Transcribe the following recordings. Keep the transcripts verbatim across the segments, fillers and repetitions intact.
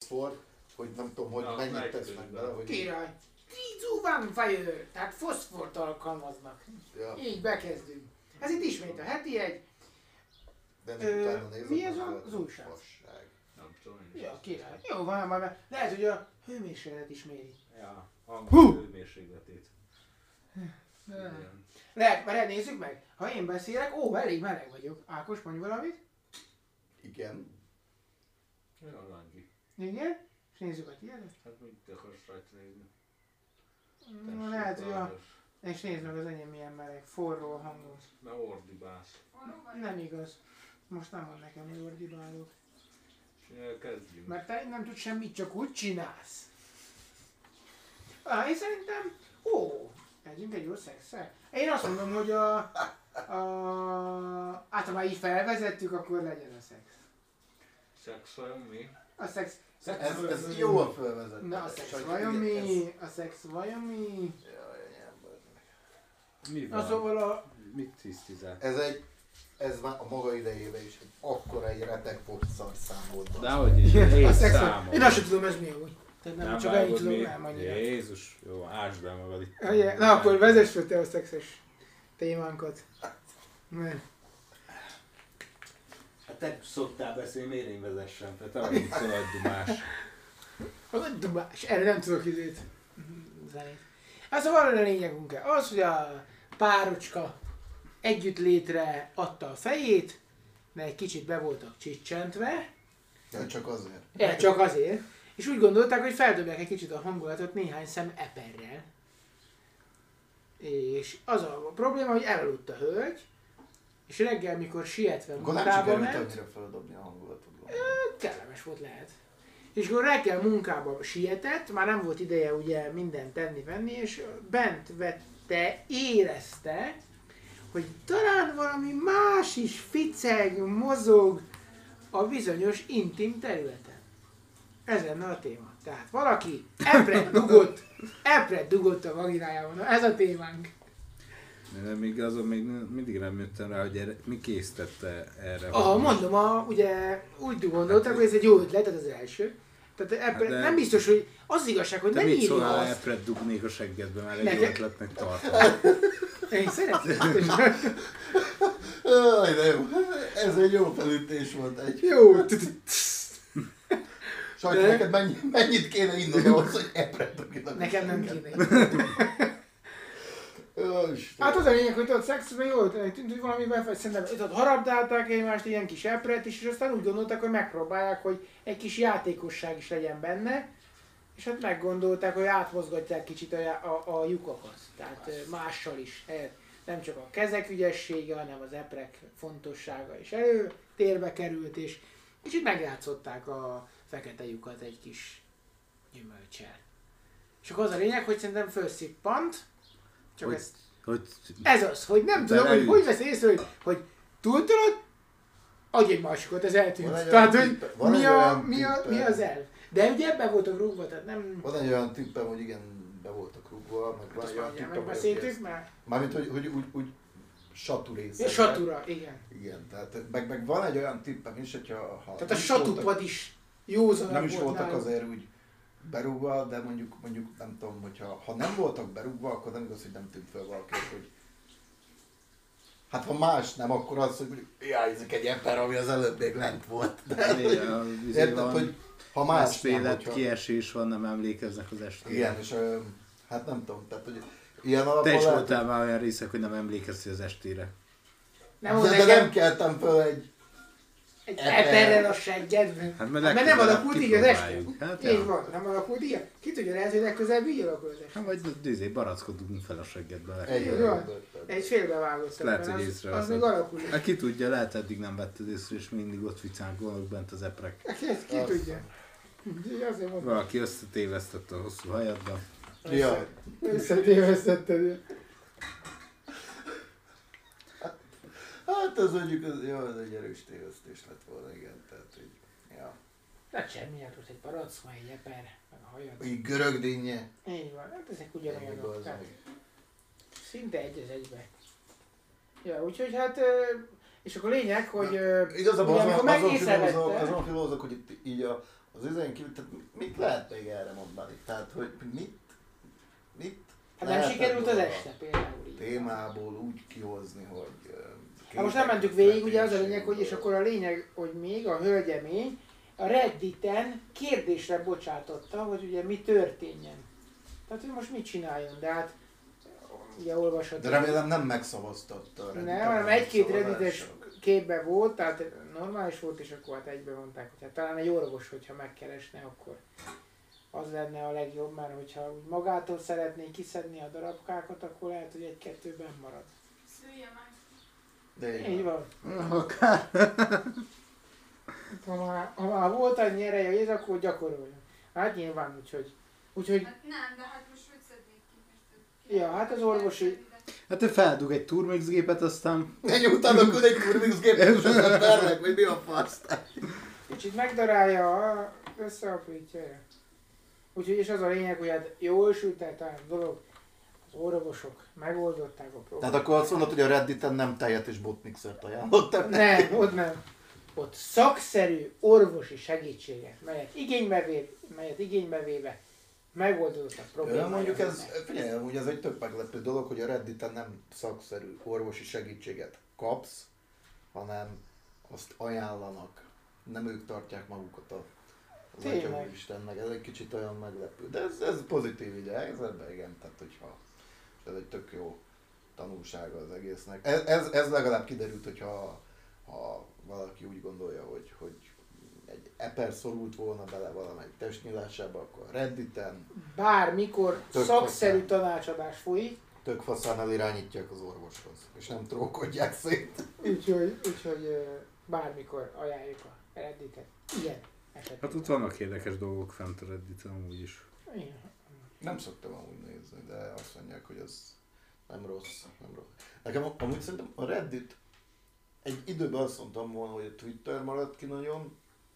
foszfor, hogy nem tudom, hogy Na, mennyit tesznek bele, hogy... Király! Tízú van fire! Tehát foszfort alkalmaznak. Ja. Így bekezdünk. Ez itt ismét a heti egy. De Ö, utána nézem, mi ez hogy az újság? fasság. Nem tudom én is. Ja, király. Jó, van, van, lehet, hogy a hőmérséklet is méri. Ja, Hú! hangos hőmérsékletét. Igen. Lehet, mert nézzük meg. Ha én beszélek, ó, elég meleg vagyok. Ákos, mondj valamit. Igen. Ja, Langi. Igen. És nézzük a tiédet. Hát mit akarsz rajta nézni? No, lehet, hogy a... És nézd meg az enyém milyen meleg. Forró a hangom. Na ordibálsz. Nem igaz. Most nem mond nekem, hogy ordibálok. Ja, kezdjünk. Mert te nem tudsz semmit, csak úgy csinálsz. Ah, én szerintem... Ó, együnk egy jó szexel. Én azt mondom, hogy a... a hát ha már így felvezettük, akkor legyen a szex. Szex vajon mi? A szex... szex Ez, ez jó a fölvezet. Na, a szex vajon mi? A szex vajon mi? Mi Na van? szóval a... Mit tisztizál? Ez egy, ez már a maga idejében is egy akkora egy retek popszar szám volt. Dehogy is, a én szex számom. Én azt sem tudom, ez mi úgy. Tehát nem, csak ennyit vágod tudom, még? nem annyira. Jézus, jó, ásd be magad itt. Ugye, na akkor vezess fel te a szexes témánkat. Mert Hát te szoktál beszélni, miért én vezessem? Te te vagy itt a nagy dumás. az egy dumás, erre nem tudok izét. Zenét. Hát szóval a lényegünk az, hogy a párocska együtt létre adta a fejét, mert egy kicsit be voltak csicsentve. De csak azért. Ja, csak azért. És úgy gondolták, hogy feldobják egy kicsit a hangulatot néhány szem eperrel. És az a probléma, hogy elaludt a hölgy, és reggel, mikor sietve Akkor nem munkába sikerült ment, annyira feldobni a hangulatodban. kellemes volt lehet. És akkor reggel munkába sietett, már nem volt ideje ugye mindent tenni-venni, és bent vette, érezte, hogy talán valami más is ficeg, mozog a bizonyos intim területen. Ez lenne a téma. Tehát valaki epret dugott, epret dugott a vaginájában. Na, ez a témánk. De még azon még mindig nem jöttem rá, hogy erre, mi késztette erre. Aha, hogy- mondom, a, ugye úgy gondoltak, hogy ez egy jó ötlet, ez az első. Tehát epret, de- nem biztos, hogy az igazság, hogy Te nem mit írja szólnál, azt. epret dugnék a seggedbe, már egy Nekem- jó ötletnek tartom. Én szeretem. Jaj, de jó. Ez egy jó felütés volt. Egy. Jó. Sajnos De- neked mennyi, mennyit kéne innod ahhoz, hogy epret dugjanak. Nekem nem kéne. Ó, Isten. Hát az a lényeg, hogy ott szexben jól tűnt, hogy valamiben fel, szerintem ott harabdálták egymást, ilyen kis epret is, és aztán úgy gondolták, hogy megpróbálják, hogy egy kis játékosság is legyen benne, és hát meggondolták, hogy átmozgatják kicsit a, a, a lyukakat, tehát ö, mással is. Eh, Nem csak a kezek ügyessége, hanem az eprek fontossága is előtérbe került, és kicsit megjátszották a fekete lyukat egy kis gyümölccsel. És akkor az a lényeg, hogy szerintem felszippant, csak Hogy- ezt Hogy ez az, hogy nem tudom, hogy Beleüt. hogy vesz észre, hogy, hogy túltolod, adj egy másikat, ez eltűnt. Van egy Tehát, olyan hogy tippe- van mi egy a, olyan mi, a, tippe. mi az elv. De ugye ebben voltak rúgva, tehát nem... Van egy olyan tippem, hogy igen, be voltak rúgva, meg van Azt egy olyan mondja, tippem, hogy megbeszéltük ezt- már. Mármint, hogy, hogy úgy, úgy satú része. Ja, satura, igen. Igen, tehát meg, meg van egy olyan tippem is, hogyha... Ha Tehát a nem is voltak- satupad is józanabb Nem is volt voltak náluk. azért úgy berúgva, de mondjuk, mondjuk nem tudom, hogyha ha nem voltak berúgva, akkor nem igaz, hogy nem tűnt fel valaki, hogy hát ha más nem, akkor az, hogy mondjuk, jaj, ezek egy ember, ami az előbb még lent volt. De, érted, hogy ha más nem, Eszmélet, hogyha... kiesés van, nem emlékeznek az estére. Igen, és ö, hát nem tudom, tehát hogy ilyen alapon Te is lehet, voltál már olyan részek, hogy nem emlékeztél az estére. Nem de, volt de nekem nem keltem föl egy... egy eper. eperrel a seggedben. Hát Mert nem alakult így az este. kipróbáljuk. Hát, Így ja. van, nem alakult így. Ki tudja, lehet, hogy legközelebb így alakul az este. Hát vagy dizé, barackot dugunk fel a seggedbe. Egy Jó. olyan. Egy félbevágott. Lehet, hogy az, észreveszed. az még alakul. Hát ki tudja, lehet eddig nem vetted észre, és mindig ott vicánkolnak bent az eprek. Ezt ki tudja. Így azért mondom. Valaki összetévesztette a hosszú hajadba. Jaj. Összetévesztetted. Hát ez mondjuk, az, jó, ez egy erős tévesztés lett volna, igen, tehát hogy, ja. Hát semmi, hát ott egy barack, egy eper, meg a hajad. Így görög dinnye. Így van, hát ezek Ennyi ugyanolyanok. az Tehát meg. szinte egy az egybe. Ja, úgyhogy hát, ö, és akkor lényeg, hogy ö, Igazából ugye, azon, amikor azon, megészrevette- filózok, azon filózok, hogy itt így a, az izén kívül, tehát mit lehet még erre mondani? Tehát, hogy mit, mit Hát nem lehet sikerült az ebből a este például így. témából úgy kihozni, hogy... Hát most nem mentük végig, ugye az a lényeg, hogy és akkor a lényeg, hogy még a hölgyemény a Redditen kérdésre bocsátotta, hogy ugye mi történjen. Tehát, hogy most mit csináljon, de hát ugye olvasható. De remélem nem megszavaztatta a Reddit-en Nem, hanem egy-két szavazások. reddites képbe volt, tehát normális volt, és akkor hát egybe mondták, hogy hát talán egy orvos, hogyha megkeresne, akkor az lenne a legjobb, mert hogyha magától szeretné kiszedni a darabkákat, akkor lehet, hogy egy-kettőben marad. Szülje meg. De Így van. Akár. Ha már, ha már volt annyi ereje, hogy ez, akkor gyakoroljon. Hát nyilván, úgyhogy... úgyhogy Hát nem, de hát most hogy szednék ki? Most, Ja, hát az orvosi- Hát ő feldug egy Turmix gépet, aztán... Ennyi utána küld egy Turmix gépet, és az embernek, vagy mi a fasz? kicsit megdarálja, összeaprítja. Úgyhogy és az a lényeg, hogy hát jól sült el talán a dolog, az orvosok megoldották a problémát. Tehát akkor azt mondod, hogy a Redditen nem tejet és botmixert ajánlottam. Nem, ott nem. Ott szakszerű orvosi segítséget, melyet igénybe, vé, melyet igénybe véve megoldódott a Ja, problémát. mondjuk ez, figyelj, ugye ez egy tök meglepő dolog, hogy a Redditen nem szakszerű orvosi segítséget kapsz, hanem azt ajánlanak. Nem ők tartják magukat a az Tényleg. Atya Úristennek. Ez egy kicsit olyan meglepő. De ez, ez pozitív ugye, helyzetben, igen, tehát hogyha ez egy tök jó tanulsága az egésznek. Ez, ez, ez legalább kiderült, hogyha ha valaki úgy gondolja, hogy, hogy egy eper szorult volna bele valamelyik testnyilásába, akkor a Redditen Bármikor Tök szakszerű hozzá. tanácsadás folyik, tök faszán elirányítják az orvoshoz, és nem trókodják szét. úgyhogy, úgyhogy ö, bármikor ajánljuk a Redditet. Igen, esetleg. Hát ott vannak érdekes dolgok fent a Redditen amúgy is. Igen. Nem szoktam amúgy nézni, de azt mondják, hogy ez nem rossz, nem rossz. Nekem amúgy szerintem a Reddit, egy időben azt mondtam volna, hogy a Twitter maradt ki nagyon,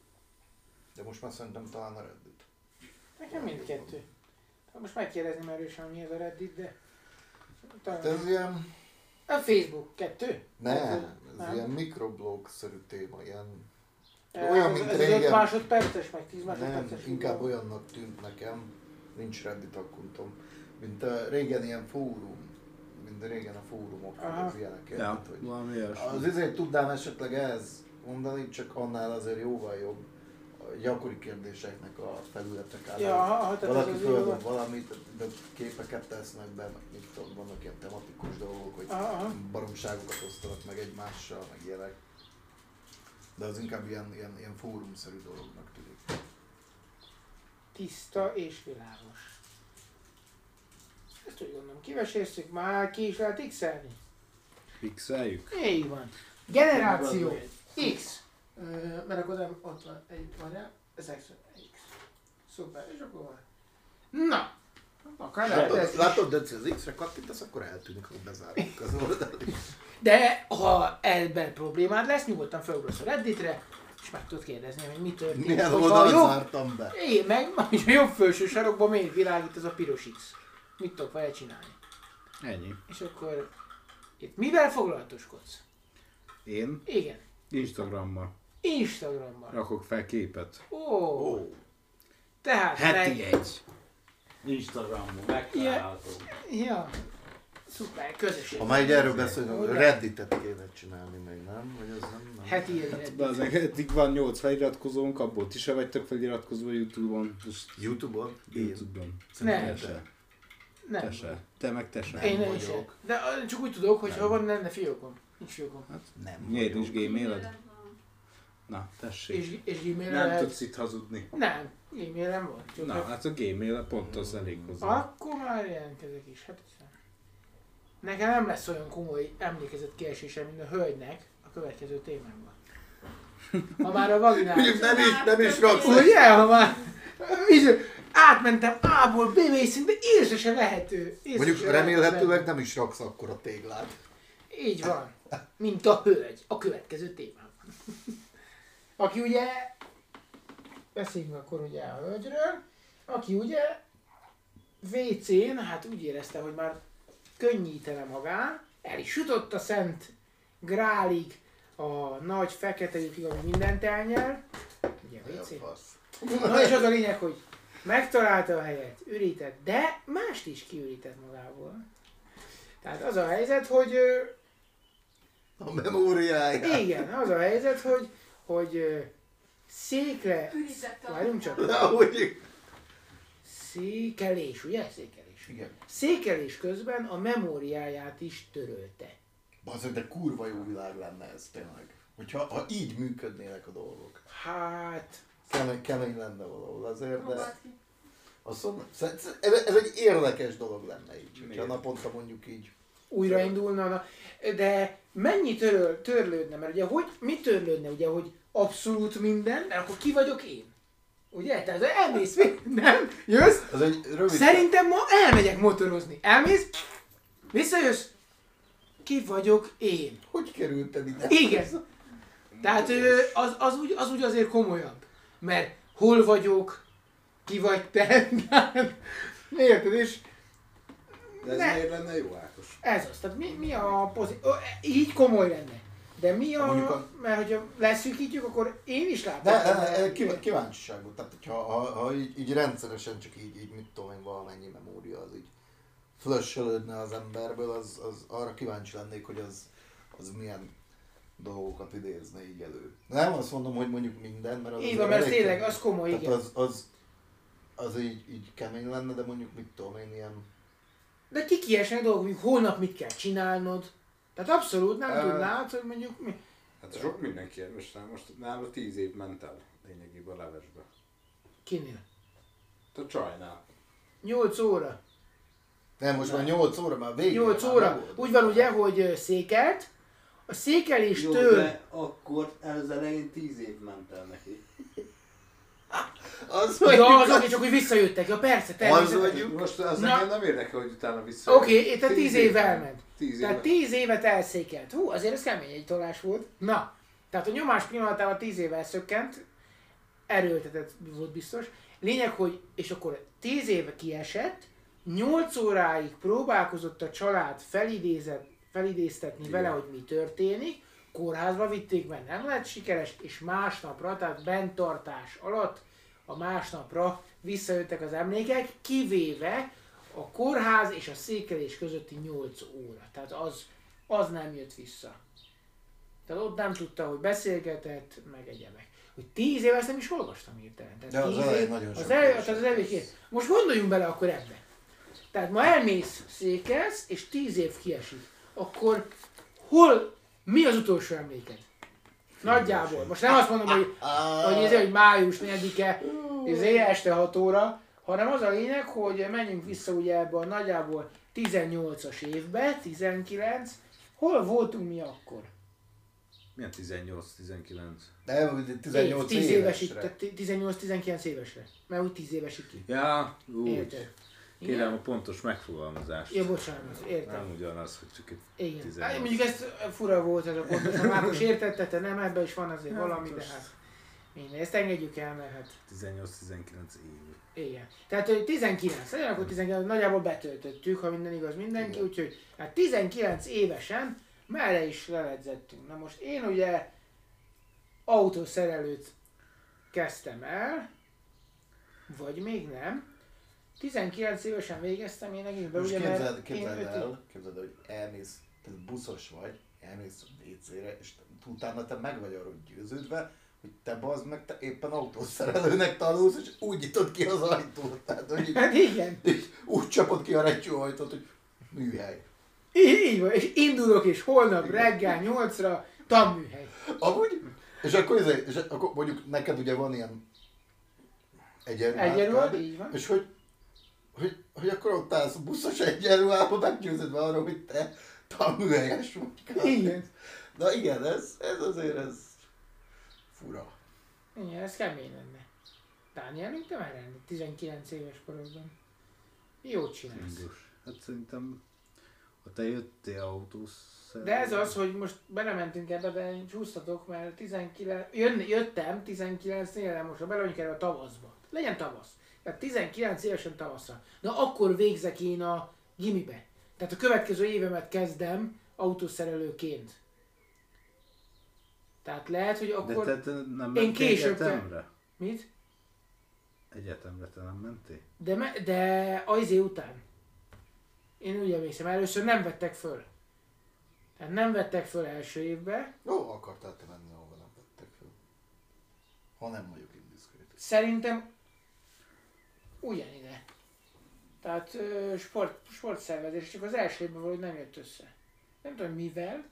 de most már szerintem talán a Reddit. Nekem mindkettő. Most megkérdezni merősen, mi ez a Reddit, de... Hát Talán... ez ilyen, A Facebook kettő? nem, Kettő? ez ilyen mikroblog-szerű téma, ilyen, Eh, olyan, ez- mint ez öt régen. másodperces, meg tíz nem, másodperces inkább videó. olyannak tűnt nekem, nincs Reddit akkuntom, mint a régen ilyen fórum, mint a régen a fórumok, Aha. az ilyenek, Ja, érted, hogy valami ilyesmi. az izét tudnám esetleg ehhez mondani, csak annál azért jóval jobb a gyakori kérdéseknek a felületek állnak. Ja, ha, ha, tehát Valaki ez az földob jó. valamit, de képeket tesznek be, meg mit tudom, vannak ilyen tematikus dolgok, hogy Aha, aha. baromságokat osztanak meg egymással, meg ilyenek. De az inkább ilyen, ilyen, ilyen fórumszerű dolognak tűnik. Tiszta és világos. Ezt úgy gondolom, kiveséztük, már ki is lehet x-elni. Pixeljük? Így van. Generáció X. Ö, mert akkor nem ott van egy, várjál, ez X. X. Szuper, és akkor van. Na, akár lehet ez Látod, is. látod, de az X-re kattintasz, akkor eltűnik, hogy bezárjuk az oldalt. De ha ebben problémád lesz, nyugodtan felugrasz a Redditre, és meg tudod kérdezni, hogy mi történik. Milyen Hogyha oldalt jobb- zártam be? Én meg, hogy a jobb felső sarokban miért világít ez a piros X? Mit tudok vele csinálni? Ennyi. És akkor itt mivel foglalatoskodsz? Én Igen, Instagrammal Instagramban. rakok fel képet. Ó, Ó, tehát Heti meg... egy. Instagramon megtalálható. Ja, szuper, közösség. ha már így erről beszélünk, Hogy Redditet kéne csinálni még, nem? Vagy az nem? nem. Heti egy De az eddig van nyolc feliratkozónk, abból ti se vagytok feliratkozva Youtube-on. Most Youtube-on? Én. Youtube-on. Nem. Te se. Nem. Te se. Te meg te se. Én nem vagyok. is. De ö, csak úgy tudok, hogy ha van lenne fiókom. Nincs fiókom. Nem Miért nincs vagyok. gmailed? Na, tessék. És, és gmail Nem lehet... tudsz itt hazudni. Nem, e-mailem van. Csak Na, hát... hát a gmail pont az elég hozzá. Akkor már jelentkezek is. Hát hiszem. Nekem nem lesz olyan komoly emlékezetkiesésem, mint a hölgynek a következő témámban. Ha már a vaginál... Mondjuk nem is, nem is raksz. Ugye, ha már... Így, átmentem A-ból B-be szintbe, észre se vehető. észre Mondjuk se remélhetőleg vehető. nem is raksz akkor a téglát. Így van. Mint a hölgy a következő témában. Aki ugye... Beszéljünk akkor ugye a hölgyről. Aki ugye vé cén, hát úgy érezte, hogy már könnyítene magán. El is jutott a Szent Grálig, a nagy fekete lyukig, ami mindent elnyel. Ugye a vé cé. Fasz. Na és az a lényeg, hogy megtalálta a helyet, ürített, de mást is kiürített magából. Tehát az a helyzet, hogy... ö, A memóriája. Igen, az a helyzet, hogy, hogy ö, székre... Ürített a Várjunk csak. Ahogy... Székelés, ugye? Székelés. Igen. Székelés közben a memóriáját is törölte. Bazzeg, de kurva jó világ lenne ez tényleg. Hogyha ha így működnének a dolgok. Hát... Kemény, kemény lenne valahol azért, de... Próbáld ki. Azt mondom, ez, ez egy érdekes dolog lenne így. Hogyha Miért? naponta mondjuk így. újraindulna, na, de mennyi töröl, törlődne, mert ugye hogy, mi törlődne, ugye, hogy abszolút minden, mert akkor ki vagyok én? Ugye? Tehát elmész, mi? Nem? Jössz? Ez egy rövid... Szerintem ma elmegyek motorozni. Elmész? Visszajössz? Ki vagyok én? Hogy kerülted ide? Igen. Tehát ö, az, az, úgy, az úgy azért komolyabb. Mert hol vagyok, ki vagy te, érted? És De ez Ne. miért lenne jó, Ákos? ez az. Tehát mi, mi a pozit... Így komoly lenne. De mi a... Mondjuk a- Mert hogyha leszűkítjük, akkor én is látom. De, de, de kív- kíváncsiságot, tehát hogyha ha, ha így, így rendszeresen csak így, így mit tudom én, valamennyi memória az így fölösölődne az emberből, az, az arra kíváncsi lennék, hogy az, az milyen dolgokat idézne így elő. Nem azt mondom, hogy mondjuk minden, mert az Így azért van, mert elég tényleg, kemény. az komoly, Tehát igen. az, az, az így, így kemény lenne, de mondjuk mit tudom én, ilyen... De ki kiesnek dolgok, mondjuk holnap mit kell csinálnod. Tehát abszolút nem Ö, tudnád, hogy mondjuk mi. Hát sok mindenki, most, most nála tíz év ment el lényegében a levesbe. Kinél? A csajnál. nyolc óra. Nem, most már nyolc óra, már végig. nyolc már óra. megvolt. Úgy van ugye, hogy ö, székelt. A Jó, székeléstől... de akkor az elején tíz év ment el neki. Az Ja, mondjuk, az oké, csak hogy visszajöttek. Ja persze, az természetesen. mondjuk. Most az Na. engem nem érdekel, hogy utána vissza. Oké, okay, tehát tíz év elment. Tíz Tehát év. tíz évet elszékelt. Hú, azért ez kemény egy tolás volt. Na, tehát a nyomás pillanatában tíz év elszökkent, erőltetett volt biztos. Lényeg, hogy, és akkor tíz éve kiesett, nyolc óráig próbálkozott a család felidézett, felidéztetni Igen. vele, hogy mi történik, kórházba vitték, mert nem lett sikeres, és másnapra, tehát benntartás alatt, a másnapra visszajöttek az emlékek, kivéve a kórház és a székelés közötti nyolc óra. Tehát az, az nem jött vissza. Tehát ott nem tudta, hogy beszélgetett, meg egyebek. Hogy tíz éve ezt nem is olvastam hirtelen. Tehát De az tíz elején év- nagyon az sok elején, esett. tehát az elején kész. Most gondoljunk bele akkor ebbe. Tehát ma elmész, székelsz, és tíz év kiesik. Akkor hol, mi az utolsó emléked? Nagyjából. Most nem azt mondom, hogy hogy, izé, hogy május negyedike, izé, este hat óra, hanem az a lényeg, hogy menjünk vissza ugye ebbe a nagyjából tizennyolcas évbe, tizenkilenc. Hol voltunk mi akkor? Milyen tizennyolc tizenkilenc? Nem, tizennyolc tíz évesig, évesre. tehát tizennyolc-tizenkilenc évesre. Mert úgy tíz évesig ki. Ja, úgy. Érted? Kérem Igen? a pontos megfogalmazást. Ja, bocsánat, értem. Nem ugyanaz, hogy csak itt Igen. tizennyolc. Hát, mondjuk ez fura volt ez a pontos, ha Márkos értette, te nem, ebben is van azért valami, de hát minden. Ezt engedjük el, mert hát tizennyolc tizenkilenc év. igen. Tehát hogy tizenkilenc, legyen akkor tizenkilenc, nagyjából betöltöttük, ha minden igaz mindenki, Igen. úgyhogy hát tizenkilenc évesen merre is leledzettünk. Na most én ugye autószerelőt kezdtem el, vagy még nem. tizenkilenc évesen végeztem én egészben, Most ugye, képzeld, mert képzeld én öt év- el, képzeld el, hogy elmész, tehát buszos vagy, elmész a vé cére, és te- utána te meg vagy arról győződve, hogy te bazd meg, te éppen autószerelőnek tanulsz, és úgy nyitod ki az ajtót, tehát hogy így, Hát igen. így úgy csapod ki a retyóajtót, hogy műhely. Így, így van, és indulok, és holnap reggel nyolcra tanműhely. Amúgy, és akkor, izé- és akkor mondjuk neked ugye van ilyen egyenruhád, Egyenruhád, így van. és hogy, hogy, hogy akkor ott állsz a buszos egyenruhában, meggyőződve arról, hogy te tanműhelyes vagy. Igen. Na igen, ez, ez azért ez fura. Igen, ez kemény lenne. Dániel, mint te már lenni, tizenkilenc éves korodban. Jót csinálsz. Indus. Hát szerintem, ha te jöttél autószerelő. De ez az, hogy most belementünk ebbe, de csúsztatok, mert tizenkilenc, jön, jöttem tizenkilencnél, de most ha belemegyünk erre a tavaszba. Legyen tavasz. Tehát tizenkilenc évesen tavaszra. Na akkor végzek én a gimibe. Tehát a következő évemet kezdem autószerelőként. Tehát lehet, hogy De akkor... te, te nem Én mentél később egyetemre? Mit? Egyetemre te nem mentél? De, me, de azé után. Én úgy emlékszem, először nem vettek föl. Tehát nem vettek föl első évbe. Jó, akartál te menni, ahova nem vettek föl. Ha nem vagyok indiszkrét. Szerintem ugyanide. Tehát ö, sport, sportszervezés, csak az első évben valahogy nem jött össze. Nem tudom mivel.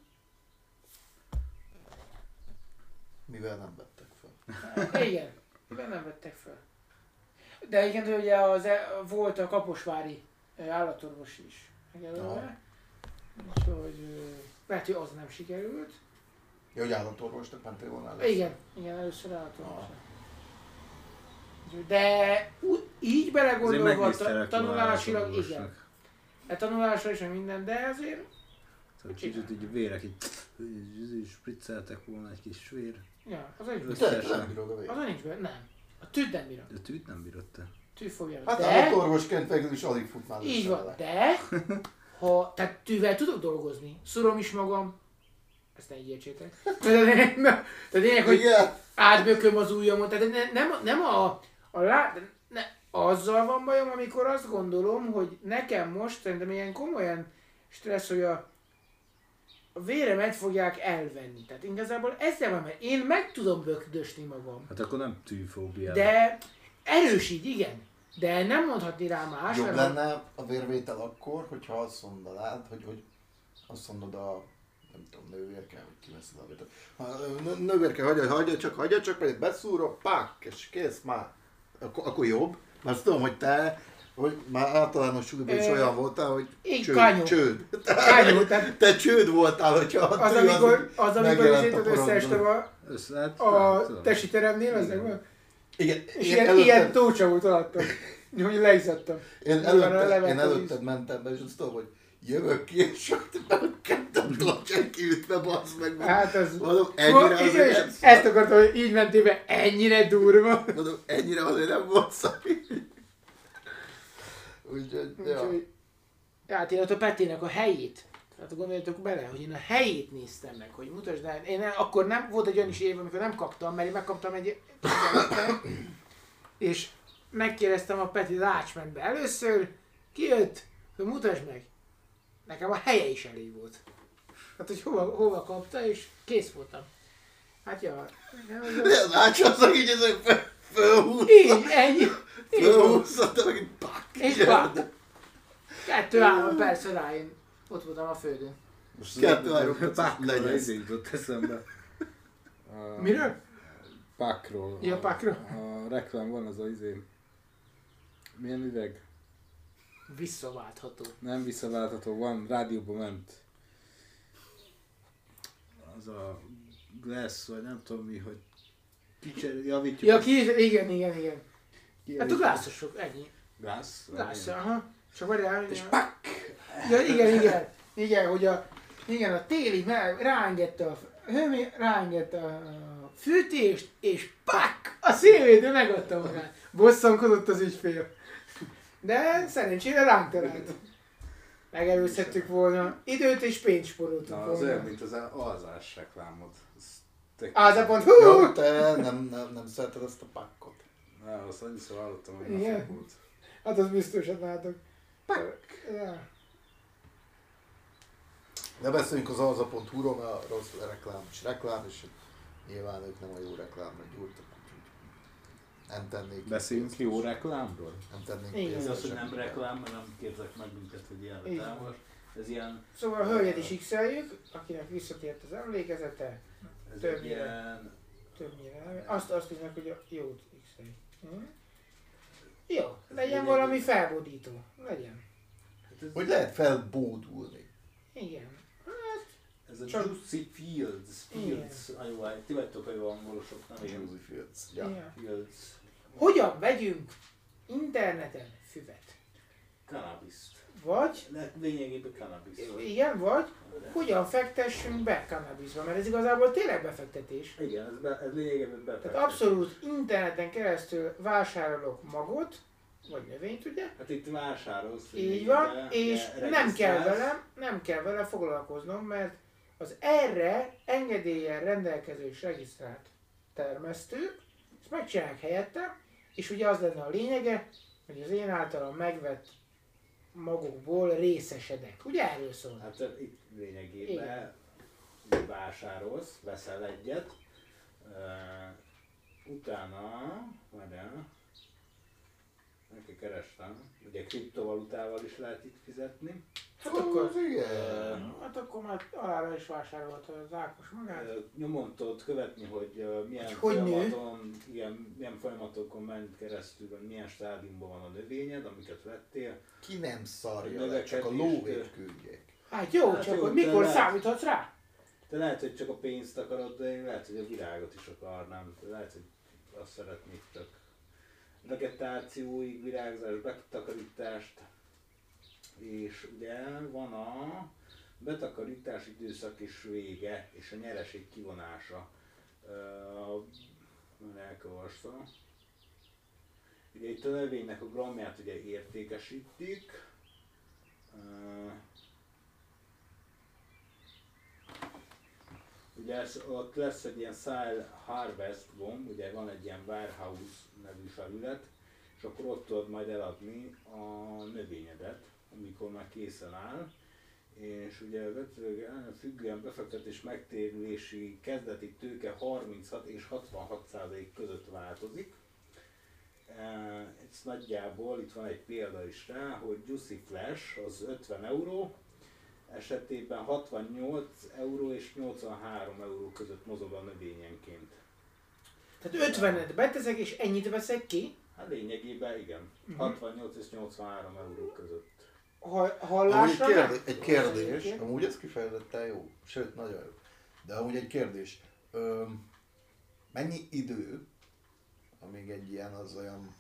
Mivel nem vettek föl. Hát, igen, mivel nem vettek föl. De egyébként ugye az, e- volt a Kaposvári ö, állatorvos is megjelölve. Úgyhogy ö, lehet, hogy az nem sikerült. Ja, hogy állatorvosnak mentél volna először. Igen, igen, először állatorvos. De ú- így belegondolva ta- tanulásilag, igen. E tanulásra is meg minden, de azért Szóval kicsit így vérek így, így spricceltek volna egy kis vér. ja, az nincs Te, benne. te nem bírod a végét. Az nincs benne, nem. A tűt nem bírom. De tűt nem bírod te. Tű fogja. Hát De, állatorvosként végül is alig futnál így össze van, vele. de, ha, tehát tűvel tudok dolgozni, szurom is magam, ezt ne így értsétek. Tehát lényeg, hogy Igen. átbököm az ujjamon, tehát ne, nem, nem a, a lá, ne, azzal van bajom, amikor azt gondolom, hogy nekem most szerintem ilyen komolyan stressz, hogy a, a véremet fogják elvenni. Tehát igazából ezzel van, mert én meg tudom bökdösni magam. Hát akkor nem tűfóbiál. De erősít, igen. De nem mondhatni rá más. Jobb mert- lenne a vérvétel akkor, hogyha azt mondanád, hogy, hogy azt mondod a nem tudom, nővérke, hogy kiveszed a vételt. Ha nő- nővérke, hagyja, hagyja csak, hagyja csak, vagy beszúrok, pák, és kész, már. Akkor, akkor jobb, mert azt tudom, hogy te, hogy már általános suliban is Ö, olyan voltál, hogy így csőd, kányó. csőd. Kányó, tehát Te csőd voltál, hogyha a az, tű amikor, az, amikor megjelent is a érted, korodban. összeestem a, Össze, hát, a nem tudom. tesi teremnél, az meg, Igen, és én ilyen, előtted, ilyen tócsavút alattam, hogy leizzadtam. én Nyilván a előtted, levegő én is. előtted mentem be, és azt tudom, hogy jövök ki, és ott megkezdtem dolcsán kiütve, bassz meg. Hát az... Mondom, Hol- ennyire és azért és nem ezt akartam, hogy így mentél be, ennyire durva. Mondom, ennyire azért nem volt szari. Úgyhogy, ja. Úgyhogy, hát én ott a Petinek a helyét, tehát gondoljatok bele, hogy én a helyét néztem meg, hogy mutasd el. Én nem, akkor nem, volt egy olyan is év, amikor nem kaptam, mert én megkaptam egy tizenötöt, és megkérdeztem a Peti Lácsmentbe először, kijött, hogy mutasd meg. Nekem a helye is elég volt. Hát, hogy hova, hova kapta, és kész voltam. Hát ja, De az ácsasszak így ezért föl, fölhúz, így, ennyi. Így van. fölhúzta, meg egy pak. És pár. Kettő-három perc rá én ott voltam a földön. Most Kettő-három perc, Pákról legyen. ez jutott eszembe. A Miről? Pákról. Ja, Pákról. A reklám van az a izé. Milyen üveg? Visszaváltható. Nem visszaváltható, van, rádióban ment. Az a Glass, vagy nem tudom mi, hogy kicser, javítjuk. Ja, a- ki, igen, igen, igen. Hát a kijavítjuk. glászosok, ennyi. Glass? Glász, igen. aha. Csak várjál, És ja. pak! Ja, igen, igen. Igen, hogy a, igen, a téli me- ráengedte a hőmé, ráengedte a fűtést, és pak! A szélvédő megadta magát. Bosszankodott az ügyfél. De szerencsére ránk talált. Megelőzhettük volna. Időt és pénzt spóroltunk Na, az olyan, volna. mint az alzás reklámod. Az tök- Az pont, Ja, hú! te nem, nem, nem szereted ezt a pakkot. Na, azt annyiszor hallottam, hogy Igen. nafak volt. Hát az biztosat látok. Ja. De beszéljünk az alza pont hu-ról, mert a rossz reklám is reklám, és nyilván ők nem a jó reklámra gyúrtak, úgyhogy nem tennék. Beszéljünk jó reklámról? Nem tennénk Igen. Ez pénzt az, hogy nem semmiben. reklám, mert nem képzek meg minket, hogy ilyen Így támos. Ez ilyen... Szóval a hölgyet is x-eljük, akinek visszatért az emlékezete, Ez Többnyire. egy ilyen... többnyire. Azt, azt hisznek, hogy a jót x-eljük. Hm? Jó, Ez legyen egy- valami felbódító. Legyen. Hát ez, Hogy lehet felbódulni? Igen. ez a csak- Juicy Fields. Fields. Ajaj, ti vagytok a jó angolosok, nem én. Juicy Fields. Ja. Igen. Fields. Hogyan vegyünk interneten füvet? Cannabis-t. Vagy, Lehet lényegében cannabis. igen, vagy hogyan fektessünk be cannabisba, mert ez igazából tényleg befektetés. Igen, ez, be, ez lényegében befektetés. Tehát abszolút interneten keresztül vásárolok magot, vagy növényt, ugye? Hát itt vásárolsz. Így van, lényegében, és de nem kell regisztrálsz. vele, nem kell vele foglalkoznom, mert az erre engedéllyel rendelkező és regisztrált termesztők ezt megcsinálják helyette, és ugye az lenne a lényege, hogy az én általam megvett magokból részesedek. Ugye erről szól? Hát ö, itt lényegében vásárolsz, veszel egyet, uh, utána, várjál, neki kerestem, ugye kriptovalutával is lehet itt fizetni. Hát akkor, Az igen. hát akkor már alára is vásárolta az Ákos magát. Ö, Nyomon tudod követni, hogy ö, milyen Hogy hogy nő? folyamaton, igen, milyen folyamatokon ment keresztül, vagy milyen stádiumban van a növényed, amiket vettél. Ki nem szarja A le, csak a növekedést, lóvét küldjék. Hát jó, Hát csak jó, hogy de mikor lehet. számíthatsz rá? Te lehet, hogy csak a pénzt akarod, de én lehet, hogy a virágot is akarnám. Te lehet, hogy azt szeretnék csak vegetációig, virágzás, betakarítást. És ugye van a betakarítás időszak is vége, és a nyereség kivonása. Már elkavarszom. Ugye itt a növénynek a grammját ugye értékesítik. Ö, Ugye ez, ott lesz egy ilyen Sile Harvest gomb, ugye van egy ilyen Warehouse nevű felület, és akkor ott tudod majd eladni a növényedet, amikor már készen áll. És ugye a függően befektetés megtérülési kezdeti tőke harminchat és hatvanhat százalék között változik. Ez nagyjából, itt van egy példa is rá, hogy Juicy Flash az ötven euró, esetében hatvannyolc euró és nyolcvanhárom euró között mozog a növényenként. Tehát ötvenet beteszek és ennyit veszek ki. Hát lényegében igen, Mhm. hatvannyolc és nyolcvanhárom euró között. Ha, Amúgy hallásra egy, meg? kérdés, egy kérdés, Igen. amúgy ez kifejezetten jó, sőt nagyon jó. De amúgy egy kérdés, Öm, mennyi idő, amíg egy ilyen az olyan,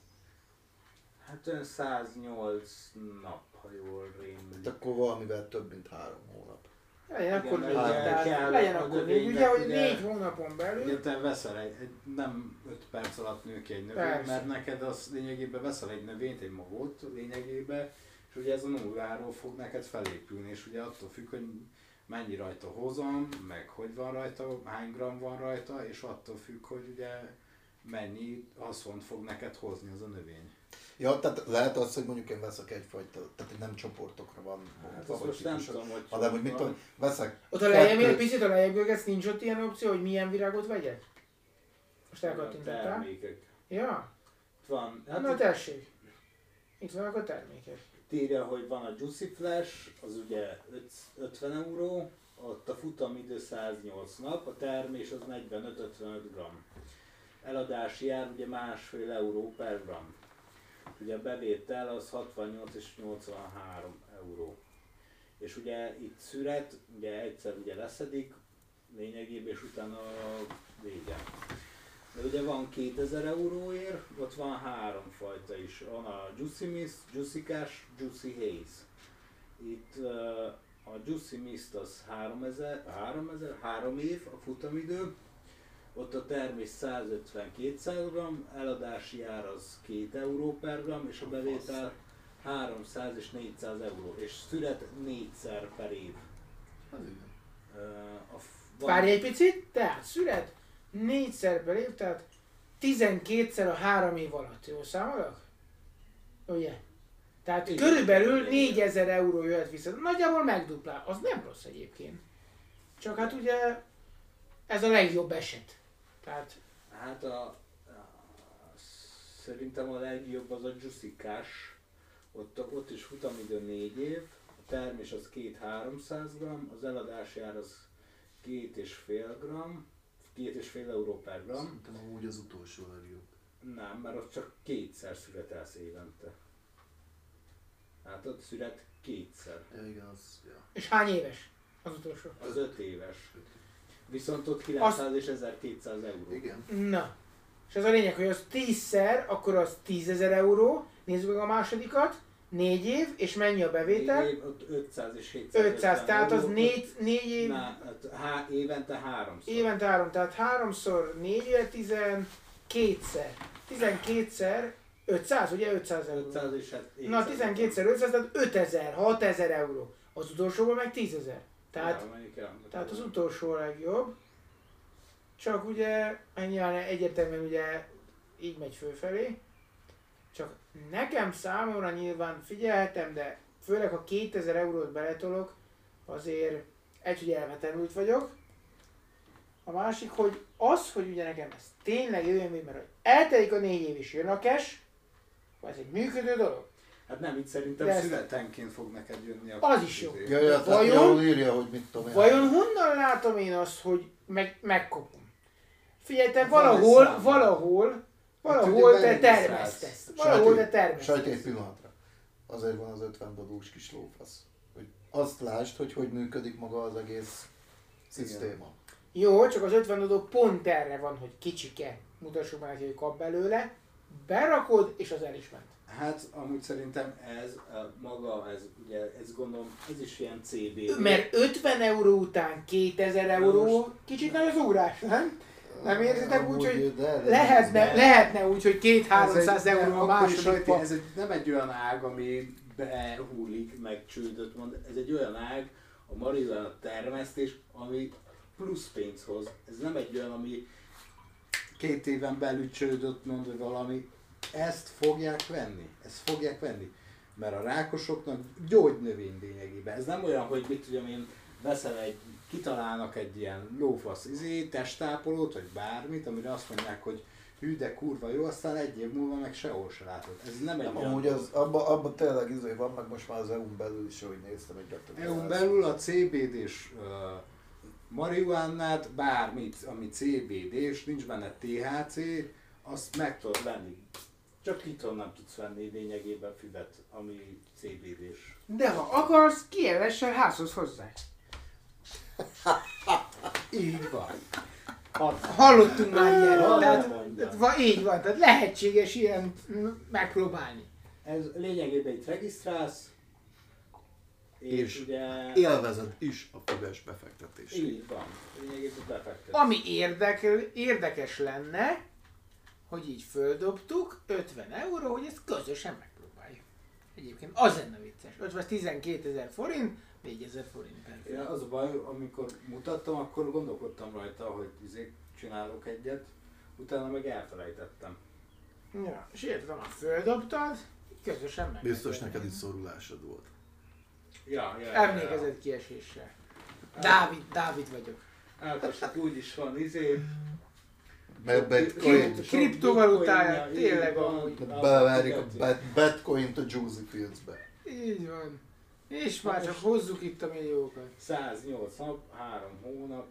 Hát olyan száznyolc nap, ha jól rémlik. hát akkor valamivel több mint három hónap. Legyen Igen, akkor mert négy, ugye tehát kell legyen a akkor négy, növénynek, ugye, hogy ugye- négy hónapon belül. Ugye te veszel egy, egy, nem öt perc alatt nő ki egy növény, Persze. mert neked az lényegében veszel egy növényt, egy magot lényegében, és ugye ez a nulláról fog neked felépülni, és ugye attól függ, hogy mennyi rajta hozam, meg hogy van rajta, hány gram van rajta, és attól függ, hogy ugye mennyi haszont fog neked hozni az a növény. Ja, tehát lehet az, hogy mondjuk én veszek egyfajta, tehát hogy nem csoportokra van Hát bontva, azt vagy most nem típusok, tudom, hogy hanem hogy mit tudom, veszek Ott a lejjebb, kettőt- egy picit a lejjebb görgetsz, nincs ott ilyen opció, hogy milyen virágot vegyek? Most a elkattintottál? termékek. Ja? Itt van, Hát na hát tessék. Itt vannak a termékek. itt írja, hogy van a Juicy Flash, az ugye ötven euró, ott a futamidő száznyolc nap, a termés az negyvenöt-ötvenöt gram. Eladási ár ugye másfél euró per gram. Ugye a bevétel az hatvannyolc és nyolcvanhárom euró. És ugye itt szüret, ugye egyszer ugye leszedik lényegében, és utána vége. De ugye van kétezer euróért, ott van három fajta is. Van a Juicy Mist, Juicy Cash, Juicy Haze. Itt uh, a Juicy Mist az háromezer, háromezer, három év a futamidő. Ott a termés százötven-kétszáz gram, eladási ár az két euró per gram, és a bevétel háromszáz és négyszáz euró. És szüret négyszer per év. Az igen. Uh, a f- van- Várj egy picit, tehát szület négyszer per év, tehát tizenkétszer a három év alatt. Jól számolok? Ugye? Tehát Igen, körülbelül igen. négyezer euró jöhet vissza. Nagyjából megduplál. Az nem rossz egyébként. Csak hát ugye ez a legjobb eset. Tehát Hát a, a, szerintem a legjobb az a Juicy Cash. Ott, ott is futamidő négy év, a termés az két-háromszáz gram, az eladási ár az két és fél gram, két és fél euró per gram. Szerintem amúgy az utolsó legjobb. Nem, mert ott csak kétszer születelsz évente. Hát ott szület kétszer. Ja, igen, az, ja. és hány éves az utolsó? Az öt éves. Viszont ott kilencszáz és ezerkétszáz euró. Igen. Na. És ez a lényeg, hogy az tízszer, akkor az tízezer euró. Nézzük meg a másodikat. négy év, és mennyi a bevétel? Négy év, ott ötszáz és hétszáz. ötszáz, tehát az négy, négy év, Na, hát há, évente háromszor. évente három, tehát háromszor négy, tizenkétszer. tizenkétszer ötszáz, ugye ötszáz euró. ötszáz és hát Na tizenkétszer ötszáz, tehát ötezer, hatezer euró. Az utolsóban meg tízezer. Tehát, Ja, mondjuk el, tehát az utolsó a legjobb. Csak ugye, nyilván egyértelműen ugye így megy fölfelé. Csak nekem számomra nyilván figyelhetem, de főleg ha kétezer eurót beletolok, azért egy, hogy elvetemült vagyok. A másik, hogy az, hogy ugye nekem ez tényleg jön, mert hogy eltelik a négy év és jön a cash, ez egy működő dolog. Hát nem, itt szerintem De ez- születenként fog neked jönni a Az is jó. Ja, ja, tehát Vajon- jól írja, hogy mit tudom én. Vajon honnan látom én azt, hogy meg, megkopom? Figyelj, te Hát van egy valahol, szám. valahol, valahol ugye te beregisztrálsz. termesztesz. Valahol te Sajt egy termesztesz. pillanatra. Azért van az ötven dadós kis lófasz. Hogy azt lásd, hogy hogy működik maga az egész szisztéma. Jó, csak az ötven adó pont erre van, hogy kicsike, mutassuk meg neki, hogy kap belőle, berakod, és az el is ment. Hát amúgy szerintem ez a maga, ez ugye, ez gondolom, ez is ilyen cé bé dé. Mert ötven euró után kétezer euró, kicsit nagy az ugrás, nem? Nem érzitek úgy, Amúgy, hogy de- de- lehetne, de- lehetne úgy, hogy két-háromszáz Ez egy- euró a akkor is második rajta, pa. Ez egy, nem egy olyan ág, ami behullik, meg csődöt mond, ez egy olyan ág, a marihuana termesztés, ami plusz pénz hoz. Ez nem egy olyan, ami két éven belül csődöt mond, vagy valami. Ezt fogják venni, ezt fogják venni. Mert a rákosoknak gyógynövény lényegében. Ez nem olyan, hogy mit tudom én, veszel egy, kitalálnak egy ilyen lófasz izé, testápolót, vagy bármit, amire azt mondják, hogy hű, de kurva jó, aztán egy év múlva meg sehol se látod. Ez nem egy Nem, olyan amúgy az, abban abba tényleg izé van, meg most már az é u-n belül is, hogy néztem egy é u-n belül a cé bé dés uh, marihuánát, bármit, ami cé bé dés, nincs benne té há cé, azt meg tudod venni. Csak itthon nem tudsz venni lényegében füvet, ami cé bé dés. De ha akarsz, kielessel házhoz hozzá. Így van. Hat, Hallottunk már ilyenről, Hadd tehát, mondjam. tehát va, így van, tehát lehetséges ilyen mm, megpróbálni. Ez lényegében itt regisztrálsz, és, És ugye élvezed is a füves befektetést. így van, lényegében befektetsz. Ami érdekel, érdekes lenne, hogy így földobtuk, ötven euró, hogy ezt közösen megpróbáljuk. Egyébként az lenne vicces. ötven tizenkétezer forint, négyezer forint per Ja, az a baj, amikor mutattam, akkor gondolkodtam rajta, hogy izé csinálok egyet, utána meg elfelejtettem. Ja, és értem, ha földobtad, közösen meg. Biztos neked is szorulásod volt. Ja, ja, Emlékezett kieséssel. Dávid, Dávid vagyok. Elkassak úgy is van, izé. Mert Kripto- Bitcoin, kriptovalutája, Bitcoinja, tényleg így van. amúgy. beleverjük a bet- Bitcoint a Juicy Fields-be. Így van. És már csak hozzuk itt a milliókat. száznyolc nap, három hónap,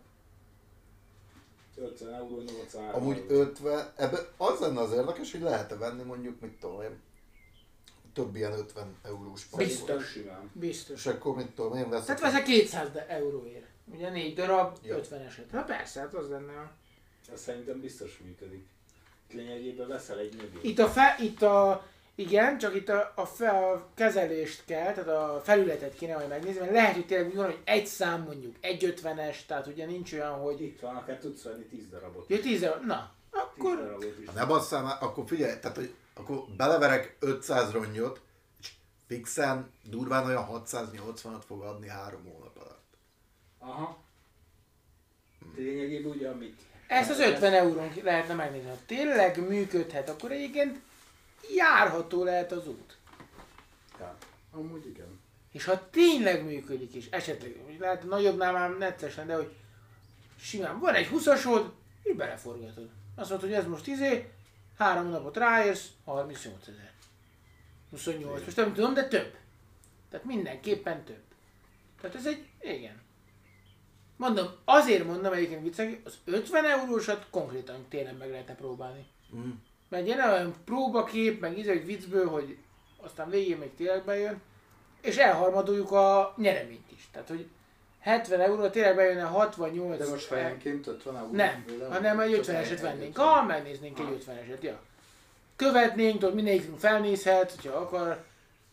ötven euró, nyolcvanhárom Amúgy euró. ötven, ebbe az lenne az érdekes, hogy lehet-e venni mondjuk, mit tudom én, több ilyen ötven eurós Szerintem pakkot. simán. Biztos. És akkor mit tudom én veszek. Tehát veszek kétszáz euróért. Ugye négy darab, Ja. ötven eset. Ha persze, hát az lenne a... Ez szerintem biztos működik. Lényegében veszel egy növényt. Itt a, fe, itt a igen, csak itt a, a, fe, a kezelést kell, tehát a felületet kéne majd megnézni, mert lehet, hogy tényleg úgy van, hogy egy szám mondjuk, egy ötvenes, tehát ugye nincs olyan, hogy... Itt van, akár tudsz venni tíz darabot. Ja, tíz euró. Na, tíz akkor... darabot is. Ha nem basszál már, akkor figyelj, tehát hogy akkor beleverek ötszáz rongyot, és fixen durván olyan hatszáznyolcvanat fog adni három hónap alatt. Aha. Lényegében ugye, amit... Ezt az ötven eurón lehetne megnézni. Ha tényleg működhet, akkor egyébként járható lehet az út. Ja, amúgy igen. És ha tényleg működik, és esetleg, hogy lehet nagyobbnál már neccesen, de hogy simán van egy huszasod, és beleforgatod. Azt mondod, hogy ez most izé, három napot ráérsz, harmincnyolcezer. huszonnyolc, most nem tudom, de több. Tehát mindenképpen több. Tehát ez egy, igen. Mondom, azért mondom egyébként vicceg, az ötven eurósat konkrétan tényleg meg lehetne próbálni. Mm. Mert egy olyan próbakép, meg íze, hogy viccből, hogy aztán végén még tényleg bejön, és elharmadoljuk a nyereményt is. Tehát, hogy hetven euró tényleg bejönne hatvannyolc. De most fejenként ötven euró? Nem, hanem egy ötveneset vennénk. Ha megnéznénk egy ötveneset, ja. Követnénk, tudod, mindenkünk felnézhet, hogyha akar.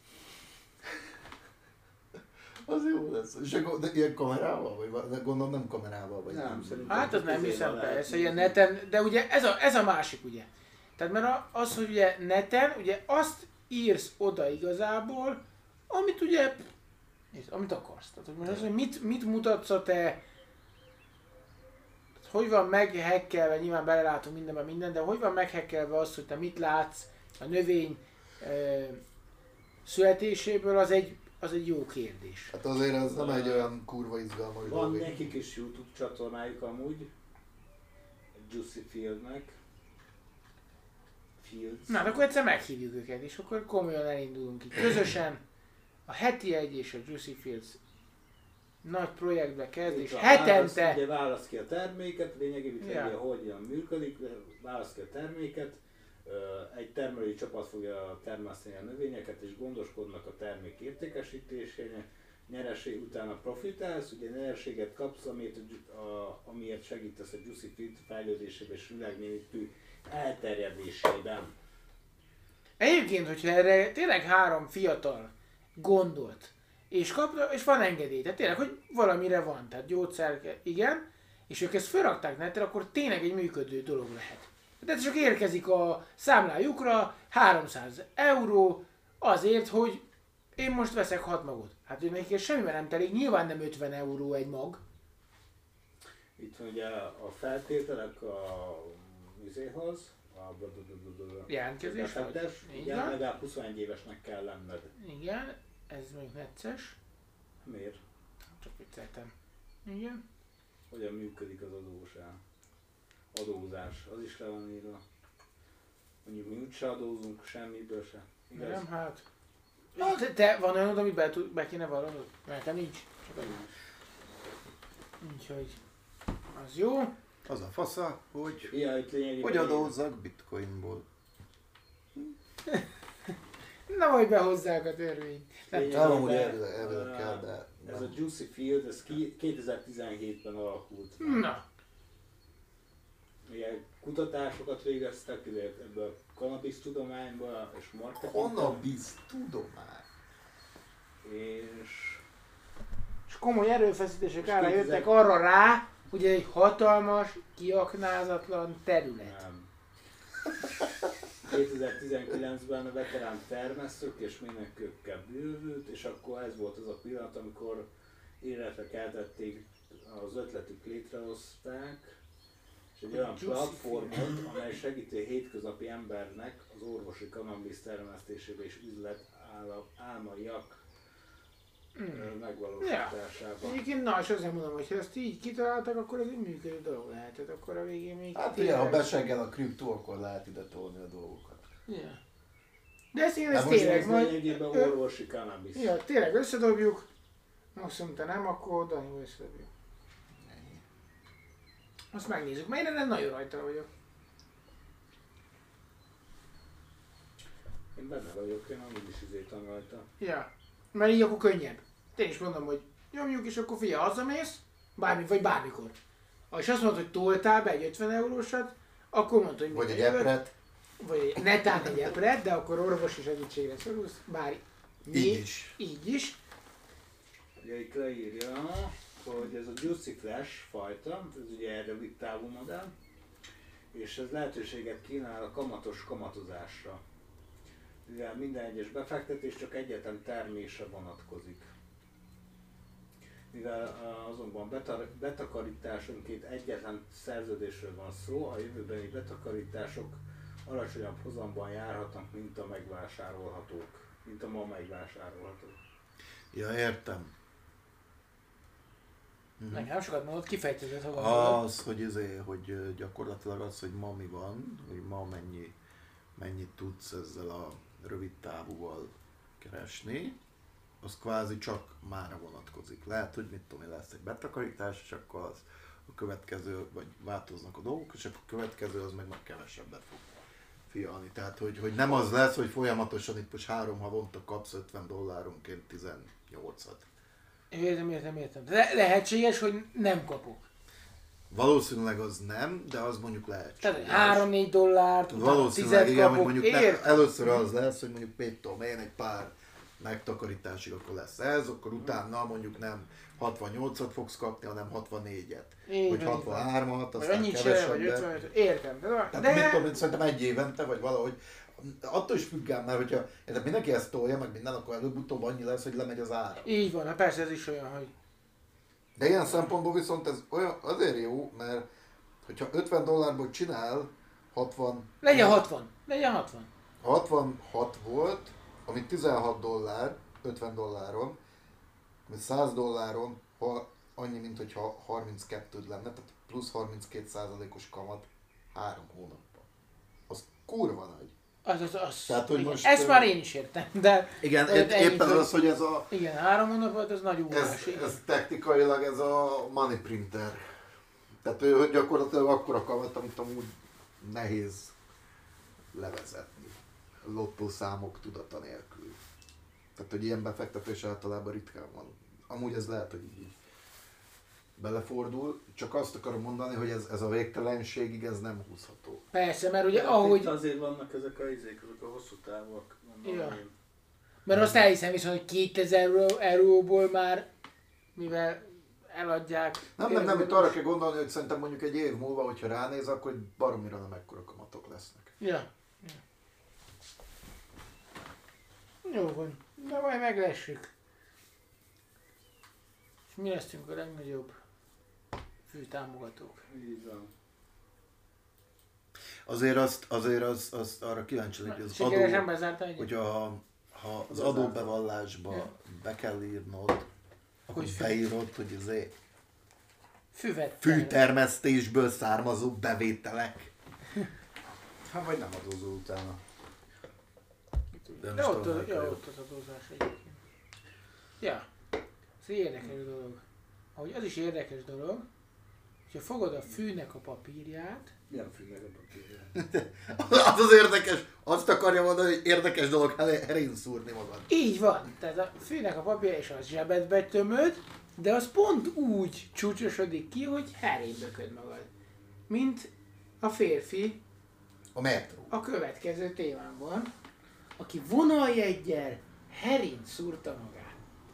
Az jó lesz. És akkor de ilyen kamerával? Vagy va- de gondolom nem kamerával? Vagy Nem, szerintem. Hát az nem Izével hiszem, lehet persze, nézni. ilyen neten, de ugye ez a, ez a másik ugye. Tehát mert a- az, hogy ugye neten, ugye azt írsz oda igazából, amit ugye, nézd, amit akarsz. Tehát, hogy most az, hogy mit, mit mutatsz a te, tehát hogy van meghekkelve, nyilván belelátunk mindenben minden, de hogy van meghekkelve az, hogy te mit látsz, a növény ö, születéséből, az egy, az egy jó kérdés. Hát azért ez nem egy olyan kurva izgalmas Van dolog. nekik is YouTube csatornájuk amúgy, Juicy Fieldnek. Fields. Na, de akkor egyszer meghívjuk őket, és akkor komolyan elindulunk itt. Közösen a heti egy és a Juicy Fields nagy projektbe kezd, és Itt a hetente... Válasz, ugye válasz ki a terméket, lényegében Ja. ja. hogyan működik, válasz ki a terméket, Ö, egy termelői csapat fogja termeszteni a növényeket, és gondoskodnak a termék értékesítésén, nyereség utána profitálsz, ugye nyereséget kapsz, amit, a, amiért segítesz a Juicy Field fejlődésében és világméretű elterjedésében. Egyébként, hogyha erre tényleg három fiatal gondolt, és, kap, és van engedély, tehát tényleg, hogy valamire van, tehát gyógyszer, igen, és ők ezt felrakták netre, akkor tényleg egy működő dolog lehet. Tehát csak érkezik a számlájukra háromszáz euró azért, hogy én most veszek hat magot. Hát ő nekik ez semmiben nem telik, nyilván nem ötven euró egy mag. Itt van ugye a feltételek a műzéhoz, a Jelentkezés vagy? befektetés, Így ugye van. legalább huszonegy évesnek kell lenned. Igen, ez mondjuk necces. Miért? Csak vicceltem. Igen. Hogyan működik az adóság? Adózás, az is le van írva. Mondjuk mi úgyse adózunk semmiből se. Igaz? Nem, hát. Te, te van olyan, amit be, tud- be kéne vallanod? Nekem nincs. Csak az. Úgyhogy az jó. Az a fasza, hogy, Ja, itt lényegében hogy adózzak bitcoinból. Na majd behozzák a törvényt. Nem Lényegében, Nem, amúgy elvileg, elvileg uh, kell, de Ez a nem. Juicy Field, ez ki- kétezer-tizenhétben alakult. Na, Ugye kutatásokat végeztek ugye ebből a cannabis tudományból és marketingból. Cannabis tudomány. És és komoly erőfeszítések És ára kétezer jöttek arra rá, hogy ez egy hatalmas, kiaknázatlan terület. nem. kétezer-tizenkilencben a veterán termesztők és mindenkőkkel bővült, és akkor ez volt az a pillanat, amikor életre keltették, az ötletük létrehozták, és egy olyan Juicy platformot, amely segíti a hétköznapi embernek az orvosi cannabis termesztésébe és üzlet álmaiak Mm. megvalósításában. Egyébként, na, és azért mondom, hogy ha ezt így kitaláltak, akkor ez egy működő dolog lehet. Tehát akkor a végén még... Hát igen, ha beseggel a kriptó, akkor lehet ide tolni a dolgokat. Ja. De ezt én De ezt most tényleg Ez majd... lényegében ö- orvosi cannabis. Ja, tényleg összedobjuk. Maximum te nem, akkor Dani összedobjuk. Azt megnézzük, mert én ezen nagyon rajta vagyok. Én benne vagyok, én amúgy is izétan rajta. Ja, mert így akkor könnyebb. Én is mondom, hogy nyomjuk, és akkor fia, hazamész, bármi, vagy bármikor. Ha és azt mondod, hogy toltál be egy ötven eurósat, akkor mondod, hogy Vagy egy minden jövök, epret, vagy egy, netán egy epret, de akkor orvosi segítségre szorulsz, bár mi, így is. így is. Ugye itt leírja, hogy ez a Juicy Flash fajta, ez ugye egy rövid távú modell, és ez lehetőséget kínál a kamatos kamatozásra. Mivel minden egyes befektetés csak egyetlen termésre vonatkozik. Mivel uh, azonban betar- betakarításonként egyetlen szerződésről van szó, a jövőbeni betakarítások alacsonyabb hozamban járhatnak, mint a megvásárolhatók, mint a ma megvásárolhatók. Ja, értem. Mhm. Nekem nem sokat mondod, kifejtezett, ha gondolod. Az, hogy, izé, hogy ö, gyakorlatilag az, hogy ma mi van, hogy ma mennyi, mennyit tudsz ezzel a rövid távúval keresni, az kvázi csak mára vonatkozik. Lehet, hogy mit tudom én, lesz egy betakarítás, és akkor az a következő, vagy változnak a dolgok, és akkor a következő az meg már kevesebbet fog fialni. Tehát, hogy, hogy nem az lesz, hogy folyamatosan itt most három havonta kapsz ötven dolláronként tizennyolcat. Értem, értem, értem. De lehetséges, hogy nem kapok. Valószínűleg az nem, de az mondjuk lehetséges. Tehát három-négy dollárt, utána Valószínűleg tizet igen, hogy kapok, mondjuk ne, ért? először az lesz, hogy mondjuk mit tudom én, egy pár megtakarításig akkor lesz ez, akkor utána mondjuk nem hatvannyolcat fogsz kapni, hanem hatvannégyet. Így Vagy van, így van. hatvanhármat, Vagy aztán annyit se, vagy kevesebbet. ötvenöt, értem. De, Tehát de mit tudom én, szerintem egy évente, vagy valahogy, attól is függ ám, mert hogyha tehát mindenki ezt tolja, meg minden, akkor előbb-utóbb annyi lesz, hogy lemegy az ára. így van, hát persze ez is olyan, hogy De ilyen szempontból viszont ez olyan, azért jó, mert hogyha ötven dollárból csinál hatvan... legyen hatvan, legyen hatvan. hatvanhat volt, ami tizenhat dollár, ötven dolláron, ami száz dolláron, ha annyi, mint hogyha harminckettő lenne, tehát plusz harminckét százalékos kamat három hónapban. Az kurva nagy. Az, az, az. Tehát, hogy igen. most, Ezt ö, már én is értem, de Igen, Ö, épp, ennyit, éppen hogy- az, hogy ez a igen, három hónapot az nagy Ez, ugás. igen. ez technikailag ez a money printer. Tehát ő gyakorlatilag akkora kamat, amit amúgy nehéz levezetni. Lottószámok tudata nélkül. Tehát, hogy ilyen befektetés általában ritkán van. Amúgy ez lehet, hogy így belefordul. Csak azt akarom mondani, hogy ez, ez a végtelenségig ez nem húzható. Persze, mert ugye Hát ahogy, itt azért vannak ezek a izék, ezek a hosszú távok. gondolom Ja. én. mert azt elhiszem viszont, hogy kétezer euró, euróból már, mivel eladják. Nem, nem, nem, itt arra kell gondolni, hogy szerintem mondjuk egy év múlva, hogyha ránéz, akkor baromira nem ekkora kamatok lesznek. Ja. ja. Jó van, de majd meglessük. És mi leszünk a legnagyobb főtámogatók. Így van. Azért azt, azért az, azt arra kíváncsi vagyok, hogy az Sikeresen adó, bezárta egyet? hogyha ha az Bezárta. adóbevallásba Ja. be kell írnod, akkor Hogy fű- beírod, hogy azért Füvet. fűtermesztésből származó bevételek. Hát vagy nem adózol utána. De De most ott, tudom, a, ja, melyik a ott az adózás egyébként. Ja, ez egy érdekes dolog. Ahogy az is érdekes dolog, hogyha fogod a fűnek a papírját, Milyen fűnek a papírja? Az az érdekes, azt akarja mondani, hogy érdekes dolog herén szúrni magad. így van, tehát a fűnek a papírja és az zsebedbe tömöd, de az pont úgy csúcsosodik ki, hogy herén bököd magad. Mint a férfi A metró. a következő témámban, aki vonaljeggyel herint szúrta magát.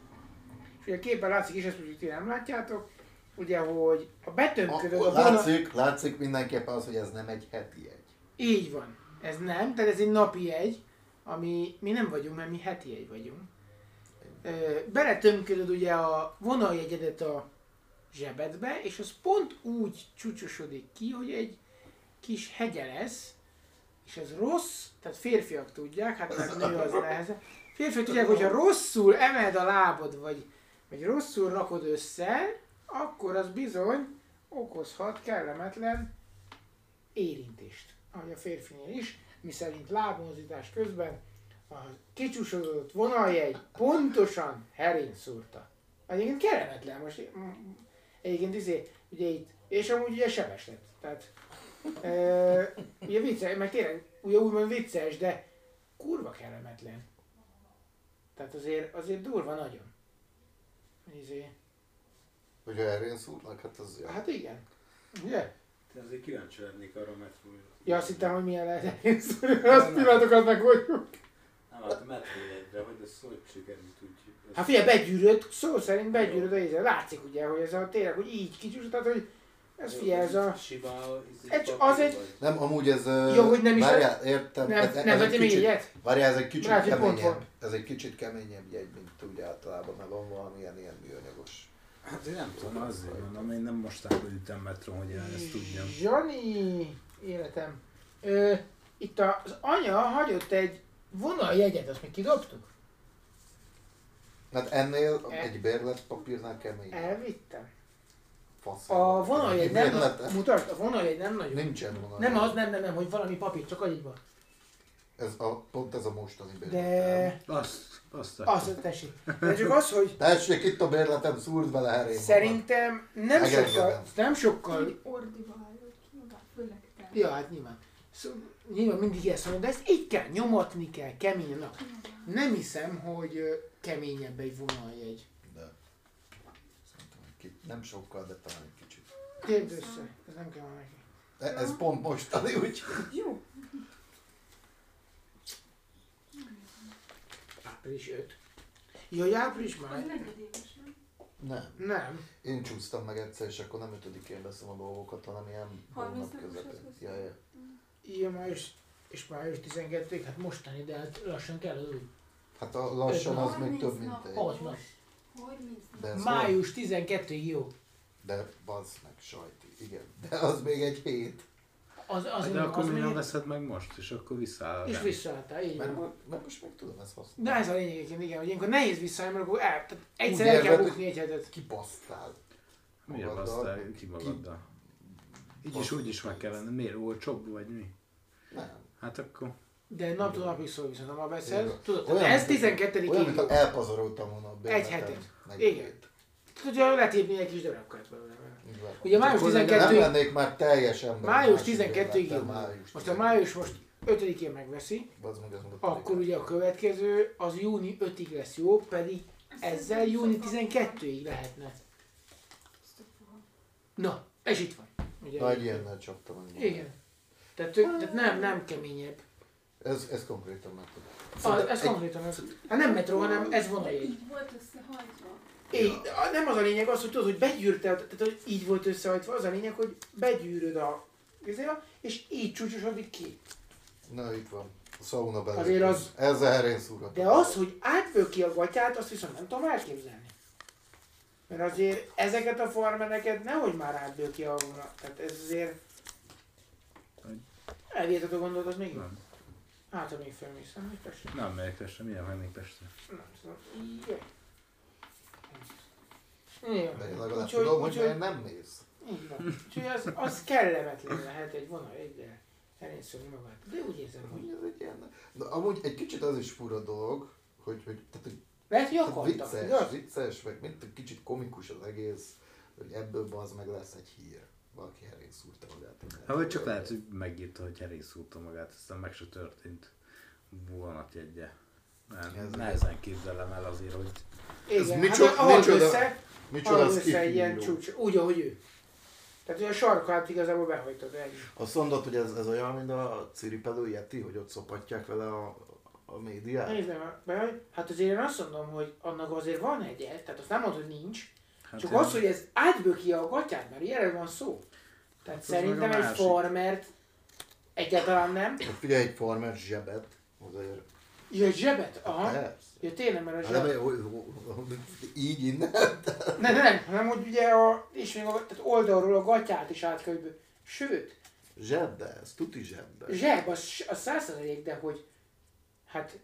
És ugye a képen látszik is, ezt most ti nem látjátok, ugye, hogy a betömködöd a A, vonal... látszik, látszik mindenképpen az, hogy ez nem egy heti egy. Így van. Ez nem, tehát ez egy napi jegy, ami mi nem vagyunk, mert mi heti jegy vagyunk. Ö, Beletömködöd ugye a vonaljegyedet a zsebedbe, és az pont úgy csúcsosodik ki, hogy egy kis hegye lesz, és ez rossz, tehát férfiak tudják, hát meg nő az nehezebb. Férfiak tudják, hogyha rosszul emeled a lábod, vagy, vagy rosszul rakod össze, akkor az bizony okozhat kellemetlen érintést. Ahogy a férfinél is, miszerint lábmozítás közben a kicsúsodott vonaljegy pontosan herén szúrta. Egyébként kellemetlen, most mm, egyébként izé, ugye itt, és amúgy ugye sebes lett. Tehát, e, ugye vicces, meg tényleg, ugye úgymond vicces, de kurva kellemetlen. Tehát azért, azért durva nagyon. Izé. Hogyha herén szúrnak, hát az jó. Hát igen. Ugye? Te azért kíváncsi lennék arra a metróra. Ja, azt hittem, hogy milyen lehet herén szúrni, azt pillanatokat megoldjuk. Nem, hát a metrójegyre, hogy ez hogy sikerült úgy. ez- Hát figyelj, begyűrött, szó szerint begyűrött a íze. Látszik ugye, hogy ez a tényleg, hogy így kicsúszott, tehát hogy ez figyelj, ez a... Sima, izé, Egy- papír az egy- vagy? Nem, amúgy ez... Jó, hogy nem is Várjál, értem. Nem, ez, ez nem egy vettél még kicsit- ilyet? Várjál, ez egy kicsit Lehet, hogy pont keményebb. volt. Ez egy kicsit keményebb jegy, mint úgy általában, mert van valamilyen ilyen műanyagos. Hát én nem tudom, azért mondom, én nem mostanában ültem metrón, hogy én ezt tudjam. Zsani, életem. Ö, itt az anya hagyott egy vonaljegyet, azt még kidobtuk. Hát ennél E- egy bérletpapírnál kemény. Elvittem. Fasz. A vonaljegy nem, Bérlete? mutasd, a vonaljegy nem nagyon. Nincsen vonal. Nem az, nem, nem, nem, hogy valami papír, csak agyban. Ez a, pont ez a mostani bérlet. De... Azt, azt Azt tessék. De csak az, hogy Tessék, itt a bérletem, szúrd bele herén. szerintem nem Megengedem. sokkal, nem sokkal Úgy ordiba állok, nyilván, főleg te. Ja, hát nyilván. Szóval, nyilván mindig ezt mondom, de ezt így kell, nyomatni kell, keményen. Na, nem hiszem, hogy ö, keményebb egy vonaljegy. De szerintem egy kicsit, nem sokkal, de talán egy kicsit. Kérd össze, ez nem kell neki. E- Ez pont mostani, úgy. Jó. Április öt. Ja, hogy április Az már? negyedéves, nem? Nem. Nem. Én csúsztam meg egyszer, és akkor nem ötödikén veszem a dolgokat, hanem ilyen hónap harmincnapos közepén. az Ja, ja. Ja, május, és május tizenkettő, hát mostani, de hát lassan kell az új. Hát a lassan az még harminc több, mint napos. egy. Harminc. harminc De ez Május tizenkettő, jó. De bazd meg, sajti, igen. De az még egy hét. Az, az, Hát az, de akkor az miért nem még... veszed meg most, és akkor visszaáll. És visszaálltál, így Mert, van. mert most meg tudom ezt De használni. ez a lényeg egyébként, igen, hogy ilyenkor nehéz visszaállni, mert akkor el, tehát egyszer Úgy el kell érzed, bukni egy hetet. Kibasztál. Miért magaddal. basztál ki magaddal? Így is úgy is meg kell venni. Miért olcsóbb vagy mi? Nem. Hát akkor... De naptól napig szól viszont, ha ma veszel, Igen. tudod, Olyan, ez mint- tizenkettedik Olyan, mintha jó. elpazaroltam volna a Egy bérletet. hetet. negyven Igen. hét. Tudja, letépni egy kis darabkát belőle. Így van. Ugye május Akkor Nem tizenkettő lennék már teljes ember. május másik tizenkettőig jó. bérlettel, május Most a május most ötödikén megveszi, Bazd meg, ez meg a akkor tarikat. ugye a következő az júni ötödikéig lesz jó, pedig ezzel júni tizenkettőig lehetne. Na, és itt van. Ugye, Na, egy ilyennel csaptam meg. igen. Tehát, tök- tehát nem, nem keményebb. Ez, ez konkrétan meg tudom. Ah, ez konkrétan az. Hát nem metró, hanem ez vonaljegy. Így volt összehajtva. Így, nem az a lényeg az, hogy tudod, hogy begyűrte, tehát hogy így volt összehajtva, az a lényeg, hogy begyűröd a vizével, és így csúcsosodik ki. Na, itt van. A sauna belül. Azért az- Ezzel herén szúrhatom. De az, hogy átből ki a gatyát, azt viszont nem tudom elképzelni. Mert azért ezeket a farmereket nehogy már átből ki a vonat. Tehát ez azért... Elviheted a gondolat, az még jó. Nem. Hát, ha még felmész, nem, hogy Pestre. Nem megyek Pestre, milyen mennék Pestre? Nem tudom. Igen. Jó. De én legalább Úgyhogy- tudom, hogy úgyhogy- miért nem mész. Így van. Úgyhogy az, az kellemetlen lehet egy vonal egyre elényszörni magát. De úgy érzem, hogy Hogy ez egy ilyen... De amúgy egy kicsit az is fura dolog, hogy, hogy tehát, hogy lehet, hogy tehát akartak, vicces, igaz? vicces, meg mint egy kicsit komikus az egész, hogy ebből az meg lesz egy hír. Valaki herén szúrta magát. Hát vagy csak lehet, hogy megírta, hogy herészúrta magát, aztán meg se történt vonatjegye. Nem, Ez nehezen képzelem el azért, hogy... Igen, Ez micsoda- hát halad micsoda- össze, Micsoda halad az össze egy ilyen kifíró. csúcs, úgy, ahogy ő. Tehát, hogy a sarkát igazából behajtod el. Azt mondod, hogy ez, ez olyan, mint a ciripelő Yeti, hogy ott szopatják vele a, a médiát? Nézd meg, be, hát azért én azt mondom, hogy annak azért van egye, tehát azt nem mondod, hogy nincs, Hát csak én- az, hogy ez átböki a gatyát, mert ilyenről van szó. Tehát Hát az szerintem meg a egy másik. farmert egyáltalán nem. Hát figyelj, egy farmer zsebet, azért. Ja, egy zsebet? Aha. Persze. Ja, tényleg, mert a Hát nem, zseb... hogy- hogy- hogy- így innen. Nem, nem, nem, hanem hogy ugye a, és még a, tehát oldalról a gatyát is át kell, hogy- sőt, Zsebbe, ez tuti zsebbe. zseb, az, az száz százalék, de hogy, hát,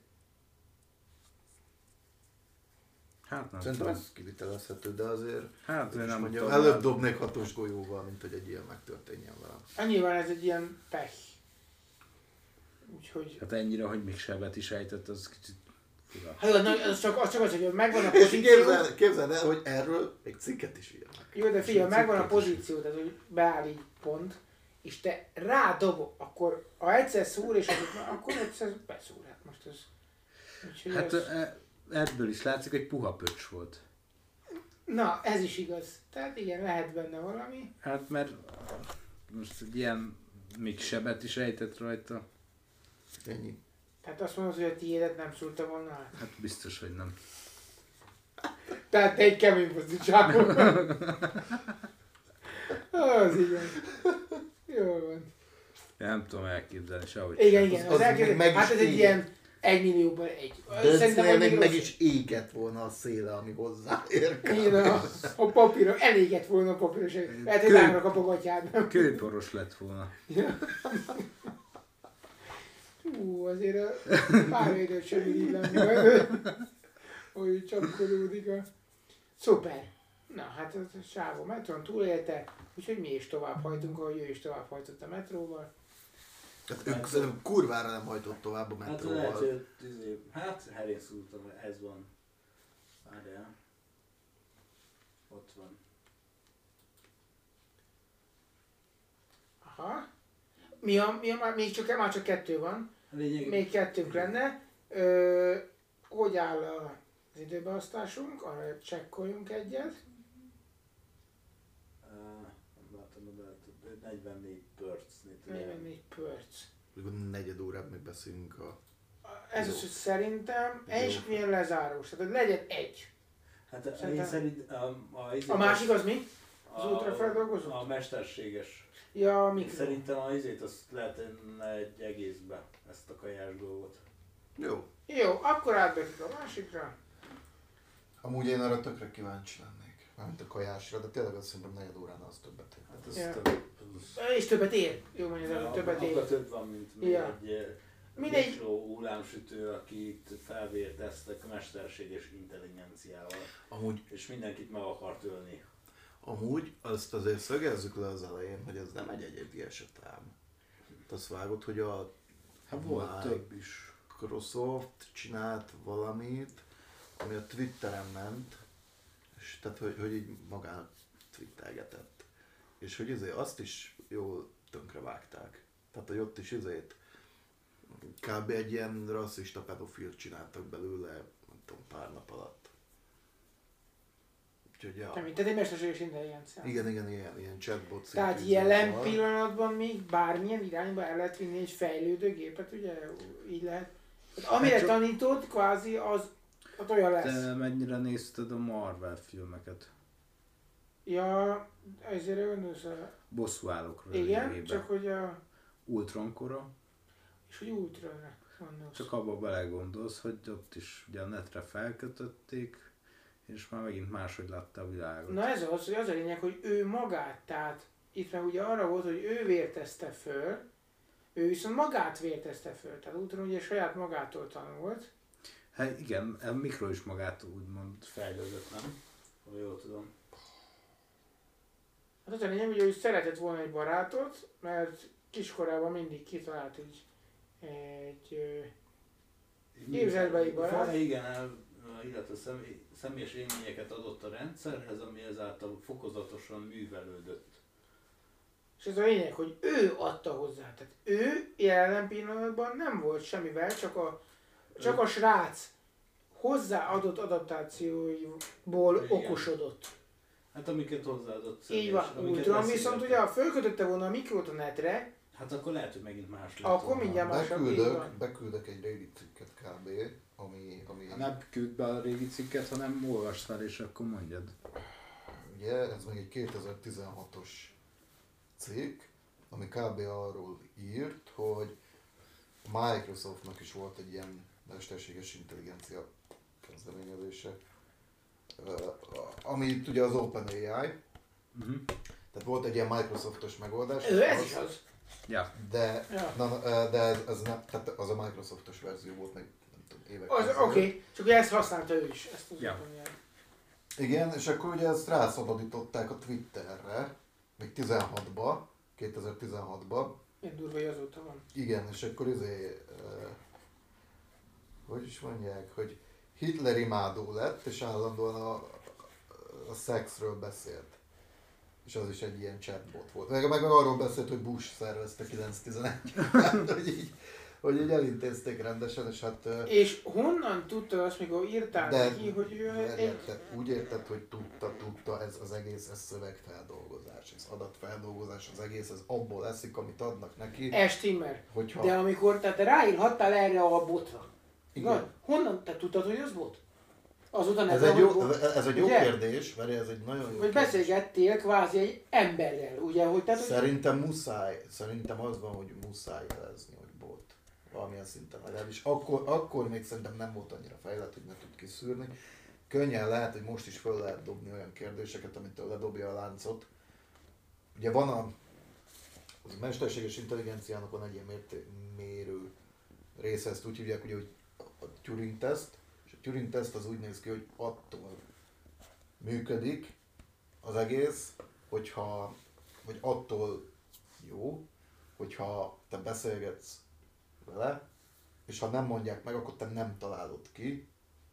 Hát nem Szerintem tudom. ez kivitelezhető, de azért Hát én nem nem mondjam, tudom. előbb dobnék hatos golyóval, mint hogy egy ilyen megtörténjen velem. nyilván ez egy ilyen pech. Úgyhogy, Hát ennyire, hogy még sebet is ejtett, az kicsit fura. hát jó, na, az csak, az csak az, hogy megvan a És pozíció. képzeld, képzeld el, hogy erről még cikket is írnak. Jó, de figyelj, És megvan a cikket is. pozíció, tehát hogy beáll így pont, és te rádob, akkor ha egyszer szúr, és akkor, na, akkor egyszer beszúr, hát most ez... Úgyhogy Hát ez, e- ebből is látszik, hogy puha pöcs volt. na, ez is igaz. Tehát igen, lehet benne valami. Hát mert most egy ilyen még sebet is ejtett rajta. Ennyi. Tehát azt mondod, hogy a tiédet nem szúrta volna át. Hát biztos, hogy nem. Tehát te egy kemény pozícsávó. Az igen. Jól van. Én nem tudom elképzelni sehogy. Igen, sem. igen, Az- az az elképzelhető. meg is Hát ez egy így. ilyen egy millióban egy. De Szerintem ez az még még meg rossz. is égett volna a széle, ami hozzáér. Igen, a, a papíron, elégett volna a papíros. Lehet, hogy Kő- rángra kap a gatyád. Kőporos lett volna. Hú, azért a pár időt sem így lenni, hogy csapkodódik a... Szuper! Na, hát ez a sávó metrón túlélte, úgyhogy mi is tovább hajtunk, ahogy ő is tovább hajtott a metróval. Hát ők szerintem kurvára nem hajtott tovább a Hát lehet, metróval. hogy izé, hát herész úton, ez van. Várjál. Ott van. Aha. Mi a, mi a, már, még csak, már csak kettő van, A lényeg, még kettőnk lenne. Ö, hogy áll a, az időbeosztásunk? Arra csekkoljunk egyet. uh, nem látom, de lehet, negyvennégy percnél. negyvennégy perc. Negyed órát még beszélünk a... Ez Jó. az, hogy szerintem Jó. egy milyen lezárós, tehát hogy legyen egy. Hát én Szerintem- szerint um, a, izét- A másik az mi? az a- ultrafeldolgozó? A mesterséges. Ja, a Én mikro. Szerintem a izét azt lehetne egy egészbe, ezt a kajás dolgot. Jó. Jó, akkor átbekik a másikra. Amúgy én arra tökre kíváncsi lennék. Mármint a kajásra, de tényleg azt szerintem negyed órán az többet. Hát ez Ja. több. Az... És többet ér. Jó mondja, Ja, ja, többet abban ér. több van, mint még Ja. egy eh, Mindegy. mikro hullámsütő, akit felvérteztek mesterséges intelligenciával, Amúgy, és mindenkit meg akart ölni. amúgy azt azért szögezzük le az elején, hogy ez nem egy egyedi eset ám. Te azt vágod, hogy a Hát volt Mike- több is. Microsoft csinált valamit, ami a Twitteren ment, és tehát, hogy, hogy így magán twittelgetett. És hogy izé azt is jól tönkre vágták. Tehát, hogy ott is izét kb. Egy ilyen rasszista pedofilt csináltak belőle, nem tudom, pár nap alatt. Úgyhogy ja. Nem, tehát egy mesterséges intelligencia. Igen, igen, ilyen, ilyen chatbot szintű Tehát izé jelen van. pillanatban még bármilyen irányba el lehet vinni egy fejlődő gépet, ugye? Így lehet. Tehát amire Hát csak- tanított, kvázi az, az olyan lesz. Te mennyire nézted a Marvel filmeket? Ja, ezért gondolsz a... Bosszúállókról Igen, lényegében. csak hogy a... Ultronkora, És hogy útra gondolsz. csak abba belegondolsz, hogy ott is ugye a netre felkötötték, és már megint máshogy látta a világot. Na ez az, hogy az a lényeg, hogy ő magát, tehát itt meg ugye arra volt, hogy ő vértezte föl, ő viszont magát vértezte föl, tehát úton ugye saját magától tanult. Hát igen, a mikro is magát úgymond Fejlődött, nem? Ha jól tudom. Hát az a lényeg, hogy ő szeretett volna egy barátot, mert kiskorában mindig kitalált egy, egy ö, Képzeletbeli barát. Fa- Igen, el, illetve személy, személyes élményeket adott a rendszerhez, ami ezáltal fokozatosan művelődött. és ez a lényeg, hogy ő adta hozzá. Tehát ő jelen pillanatban nem volt semmivel, csak a, csak a srác hozzáadott adaptációiból Igen. okosodott. Hát amiket hozzáadott Így van, személyes, amiket Ultron leszívett. viszont ugye, ha fölkötötte volna a mikrot a netre, Hát akkor lehet, hogy megint más lett Akkor volna. mindjárt más. így Beküldök, van. beküldök egy Reddit cikket kb. Ami, ami Nem küld be a régi cikket, hanem olvasd fel és akkor mondjad. ugye, ez még egy kétezer-tizenhatos cikk, ami kb. Arról írt, hogy Microsoftnak is volt egy ilyen mesterséges intelligencia kezdeményezése, Ö, amit ugye az OpenAI, Uh-huh. tehát volt egy ilyen Microsoftos megoldás, ő ez az- is az. Ja, de, Ja. na, na, de ez, ez nem, tehát az a Microsoftos verzió volt még, nem tudom, évek Az, ezelőtt. oké, okay. csak ugye ezt használta ő is, ezt az Ja. ja. Igen, és akkor ugye ezt rászabadították a Twitterre, még tizenhatba, kétezer-tizenhatba. Ilyen durva, hogy azóta van. Igen, és akkor izé, uh, hogy is mondják, hogy Hitler imádó lett, és állandóan a, a szexről beszélt. És az is egy ilyen chatbot volt. Meg, meg, meg arról beszélt, hogy Bush szervezte kilenc tizenegy. hogy, így, hogy így elintézték rendesen, és hát... Uh, És honnan tudta azt, mikor írtál De- neki, hogy ő Érted, egy... úgy érted, hogy tudta, tudta, ez az egész, ez szövegfeldolgozás, ez adatfeldolgozás, az egész, ez abból eszik, amit adnak neki, Estimmer. hogyha... De amikor, tehát te ráírhattál erre a botra. Igen. Na, honnan? Te tudtad, hogy az bot? Azóta Ez nem egy, jó, hogy bot. ez egy jó Ugye? kérdés, mert ez egy nagyon jó Vagy kérdés. beszélgettél kvázi egy emberrel, ugye? Hogy, tehát, hogy Szerintem muszáj, szerintem az van, hogy muszáj jelezni, hogy bot. Valamilyen szinten legalábbis. Akkor, akkor még szerintem nem volt annyira fejlett, hogy ne tud kiszűrni. Könnyen lehet, hogy most is föl lehet dobni olyan kérdéseket, amitől ledobja a láncot. Ugye van a, az mesterséges intelligenciának van egy ilyen mérté, mérő része, ezt úgy hívják, ugye, hogy a Turing teszt, és a Turing teszt az úgy néz ki, hogy attól működik az egész, hogyha, vagy attól jó, hogyha te beszélgetsz vele, és ha nem mondják meg, akkor te nem találod ki,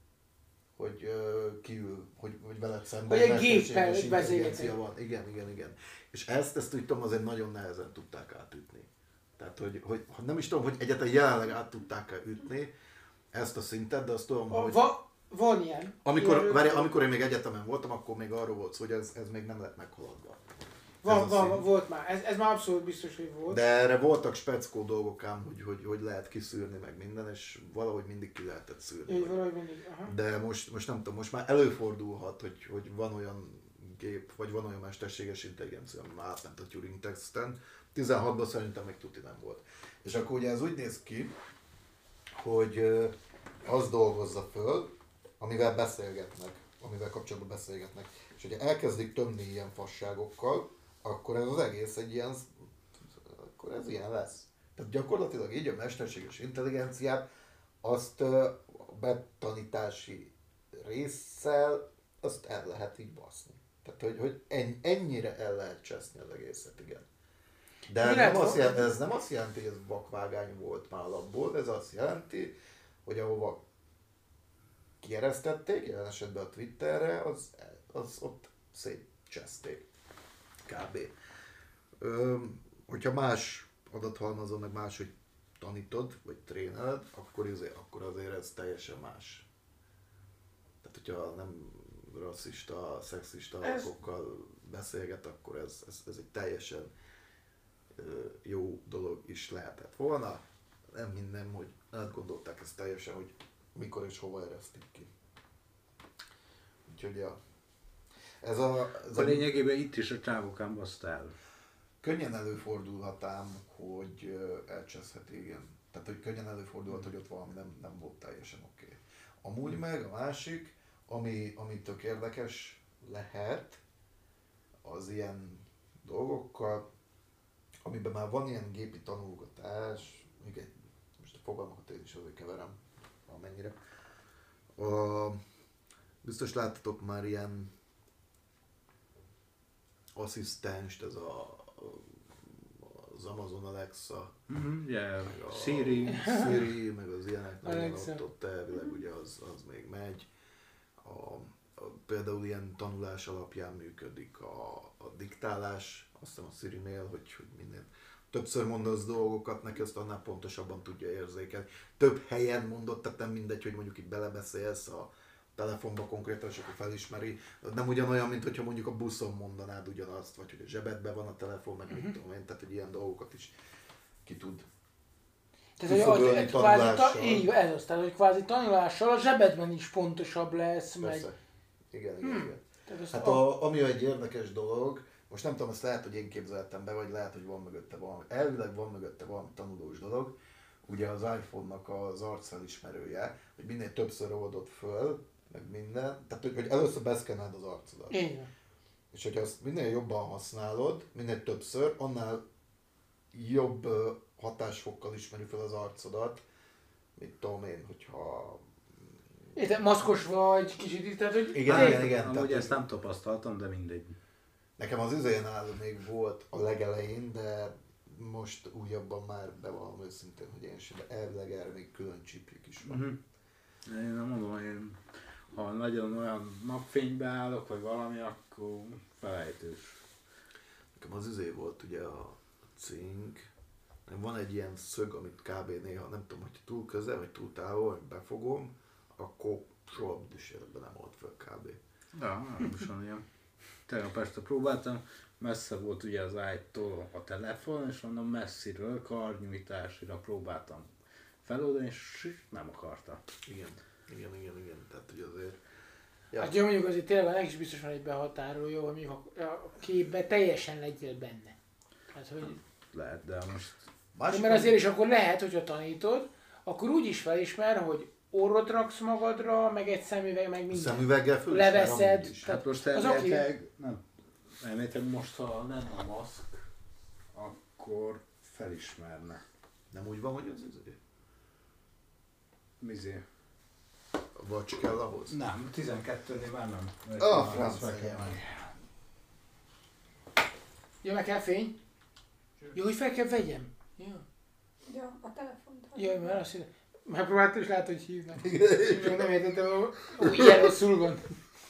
hogy uh, kiül, hogy, hogy veled szemben Hogy egy mesterséges géppel intelligencia beszélgetni. van. Igen, igen, igen. És ezt, ezt úgy tudom, azért nagyon nehezen tudták átütni. Tehát, hogy, hogy ha nem is tudom, hogy egyáltalán jelenleg át tudták ütni ezt a szintet, de azt tudom, a, hogy va, van ilyen. amikor, Ilyen- várj, amikor én még egyetemen voltam, akkor még arról volt szó, hogy ez, ez még nem lett meghaladva. van, ez a van, szint. volt már. Ez, ez már abszolút biztos, hogy volt. De erre voltak speckó dolgok ám, hogy, hogy, hogy lehet kiszűrni meg minden, és valahogy mindig ki lehetett szűrni. Így valahogy mindig. Aha. De most, most nem tudom, most már előfordulhat, hogy, hogy van olyan gép, vagy van olyan mesterséges intelligencia, ami már átment a Turing teszten. tizenhatban szerintem még tuti nem volt. És akkor ugye ez úgy néz ki, hogy ö, az dolgozza föl, amivel beszélgetnek amivel kapcsolatban beszélgetnek. És hogyha elkezdik tömni ilyen fasságokkal, akkor ez az egész egy ilyen, akkor ez ilyen lesz. Tehát gyakorlatilag így a mesterséges intelligenciát azt a betanítási résszel azt el lehet így baszni. Tehát, hogy, hogy ennyire el lehet cseszni az egészet, igen. De ez nem, azt jelenti, ez nem azt jelenti, hogy ez vakvágány volt már alapból, ez azt jelenti, hogy ahova kieresztették, jelen esetben a Twitterre, az, az ott szétcseszték. Kb. Ö, hogyha más adathalmazon, meg máshogy tanítod, vagy tréneled, akkor azért, akkor azért ez teljesen más. Tehát, hogyha nem rasszista, szexista ez... alakokkal beszélget, akkor ez, ez, ez egy teljesen jó dolog is lehetett volna. Nem hinném, hogy átgondolták ezt teljesen, hogy mikor és hova eresztik ki. Úgyhogy ja. Ez a... Ez a lényegében itt is a csávokán baszta el. Könnyen előfordulhat ám, hogy elcseszhet, igen. Tehát, hogy könnyen előfordulhat, hogy ott valami nem, nem volt teljesen oké. Okay. Amúgy meg a másik, ami, ami tök érdekes lehet, az ilyen dolgokkal, amiben már van ilyen gépi tanulgatás, még egy, most a fogalmakat én is azért keverem, amennyire. A, biztos láttatok már ilyen asszisztenst, ez a, az Amazon Alexa, Mm-hmm, yeah. meg a Siri. Siri, meg az ilyenek, nagyon Alexa. ott, ott elvileg ugye az, az még megy. A, a, például ilyen tanulás alapján működik a, a diktálás, azt hiszem a Siri-nél, hogy, hogy minél többször mondasz dolgokat, neki azt annál pontosabban tudja érzékelni. Több helyen mondott, tehát nem mindegy, hogy mondjuk itt belebeszélsz a telefonba konkrétan, és akkor felismeri. Nem ugyanolyan, mint hogyha mondjuk a buszon mondanád ugyanazt, vagy hogy a zsebedben van a telefon, meg mit tudom én, tehát hogy ilyen dolgokat is ki tud. Tehát, hogy az, egy kvázi, ta, így, ez az, tehát, hogy kvázi tanulással a zsebedben is pontosabb lesz, Persze. meg... Igen, igen, Hmm. igen. Tehát Hát a... a, ami egy érdekes dolog, most nem tudom, ezt lehet, hogy én képzeltem be, vagy lehet, hogy van mögötte valami, elvileg van mögötte valami tanulós dolog. Ugye az iPhone-nak az arcfelismerője, hogy minél többször oldod föl, meg minden, tehát hogy, hogy először beszkennáld az arcodat. Igen. És hogyha azt minél jobban használod, minél többször, annál jobb ö, hatásfokkal ismeri fel az arcodat, mit tudom én, hogyha... Érted, maszkos vagy, kicsit itt, tehát hogy... Igen, Tényleg- igen, igen. Amúgy Tehát, ezt nem tapasztaltam, de mindegy. nekem az üzénál még volt a legelején, de most újabban már bevallom őszintén, hogy én sem, de elvileg erre még külön csipjük is van. Uh-huh. Én nem mondom, én ha nagyon olyan napfénybe állok, vagy valami, akkor felejtős. Nekem az üzé volt ugye a cink, van egy ilyen szög, amit kb. Néha, nem tudom, hogy túl közel, vagy túl távol, vagy befogom, akkor soha büdös életben nem volt föl kb. Ja, nem is van ilyen. Tegnap este próbáltam, messze volt ugye az ágytól a telefon, és onnan messziről karnyújtásra próbáltam feloldani, és nem akarta. Igen, igen, igen, igen, tehát hogy azért... Ja. Hát jó, mondjuk azért tényleg ennek is biztos van egy behatároló, hogy mondjuk a, a képbe teljesen legyél benne. Hát, hogy... Lehet, de most... Másik, Mert azért is akkor lehet, hogyha tanítod, akkor úgy is felismer, hogy orrot raksz magadra, meg egy szemüveg, meg minden. szemüveggel föl Leveszed. is. Hát most az elméletileg, nem, elméletileg most, ha nem a maszk, akkor felismerne. Nem úgy van, hogy az üzé? Mizé? Vagy kell ahhoz? Nem, tizenkettőnél már nem. A Már francia azt meg kell meg. menni. Ja, meg kell fény? Jó, hogy fel kell vegyem. Ja. Ja, a telefont. Jaj, mert azt hiszem. Megpróbáltam, és látod, hogy hívnak. Még nem értettem, hogy ilyen rosszul van.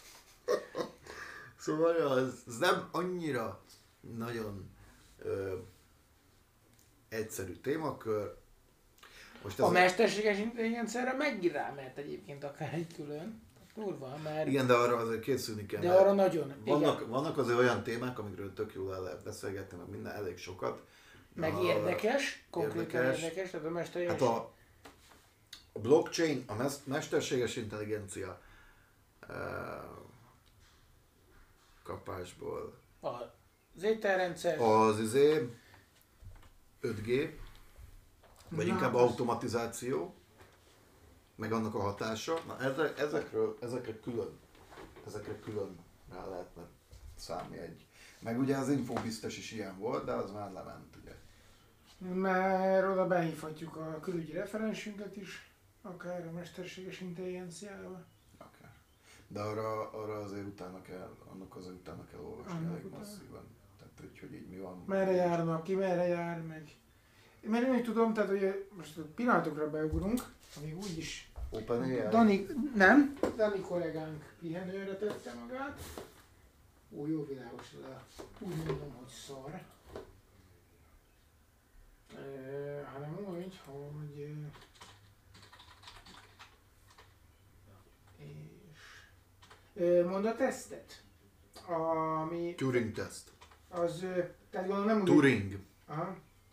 Szóval ja, ez, ez nem annyira nagyon ö, egyszerű témakör. Most ez A mesterséges intelligenciára megint rámehet egyébként akár egy külön. Durva, mert... igen, de arra azért készülni kell. De mert arra nagyon. Vannak, Igen. vannak azért olyan témák, amikről tök jól el lehet beszélgetni, meg minden elég sokat. Meg A- érdekes, konkrétan érdekes. érdekes, tehát a mesterséges... Hát a, a blockchain, a mes- mesterséges intelligencia uh, kapásból Az ételrendszer... az izé öt G, vagy Na, inkább az- automatizáció, meg annak a hatása. Na ezek, ezekről, ezekre külön. ezekre külön rá lehetne számni egy. Meg ugye az info biztos is ilyen volt, de az már lement ugye. Mert oda behívhatjuk a külügyi referensünket is, akár a mesterséges intelligenciával. Akár. De arra, arra azért utána kell, annak azért utána kell olvasni Annak elég utána. masszívan. Tehát, hogy, hogy így mi van. Merre járnak, ki merre jár, meg... Mert én úgy tudom, tehát hogy most pillanatokra beugrunk, amíg úgyis... OpenAI? Dani, nem, Dani kollégánk pihenőre tette magát. Ó, jó világos le. Úgy mondom, hogy szar. E, hanem úgy, hogy... És... E, mond a tesztet. Ami... Turing teszt. Az... Tehát gondolom nem úgy... Turing. Aha.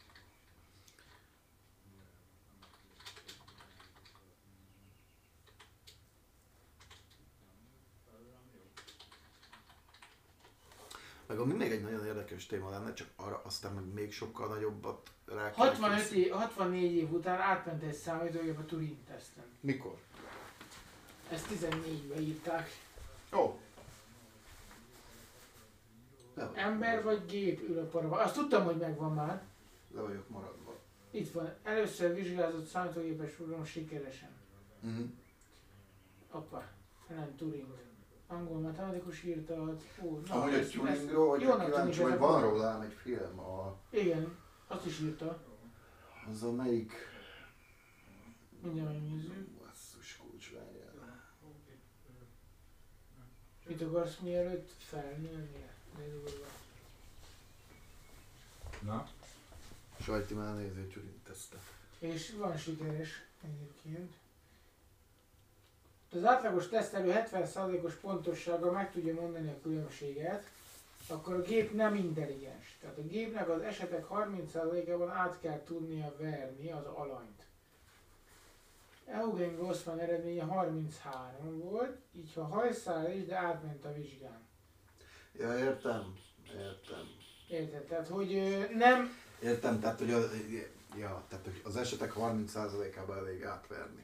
Meg ami még egy nagyon érdekes téma lenne, csak arra aztán meg még sokkal nagyobbat rá kell hatvanöt készíteni. év, hatvannégy év után átment egy számítógép a Turing teszten. Mikor? Ezt tizennégyben írták. Ó. Oh. Ember vagy gép ül a paraba. Azt tudtam, hogy megvan már. Le vagyok maradva. Itt van. Először vizsgázott számítógépes program sikeresen. Uh-huh. Appa. Nem Turing. Angol matematikus írta. Ó, na, Amúgy egy ezt- Turingról, hogy jónak kíváncsi tűnik vagy, ez a van program. róla ám egy film, a, Igen. Azt is írta. az a melyik... Mindjárt megnézzük. Basszus kulcs, várjál. Mit akarsz mielőtt felnőni? Ne durva. Na? Sajti már nézi a Turing tesztet. És van sikeres egyébként. Az átlagos tesztelő hetven százalékos pontossággal meg tudja mondani a különbséget, akkor a gép nem intelligens. Tehát a gépnek az esetek harminc százalékában át kell tudnia verni az alanyt. Eugen Grossman eredménye harminchárom volt, így ha hajszál is, de átment a vizsgán. Ja, értem. Értem. Érted? Tehát, hogy ö, nem... Értem, tehát hogy, a, ja, tehát, hogy az esetek harminc százalékában elég átverni.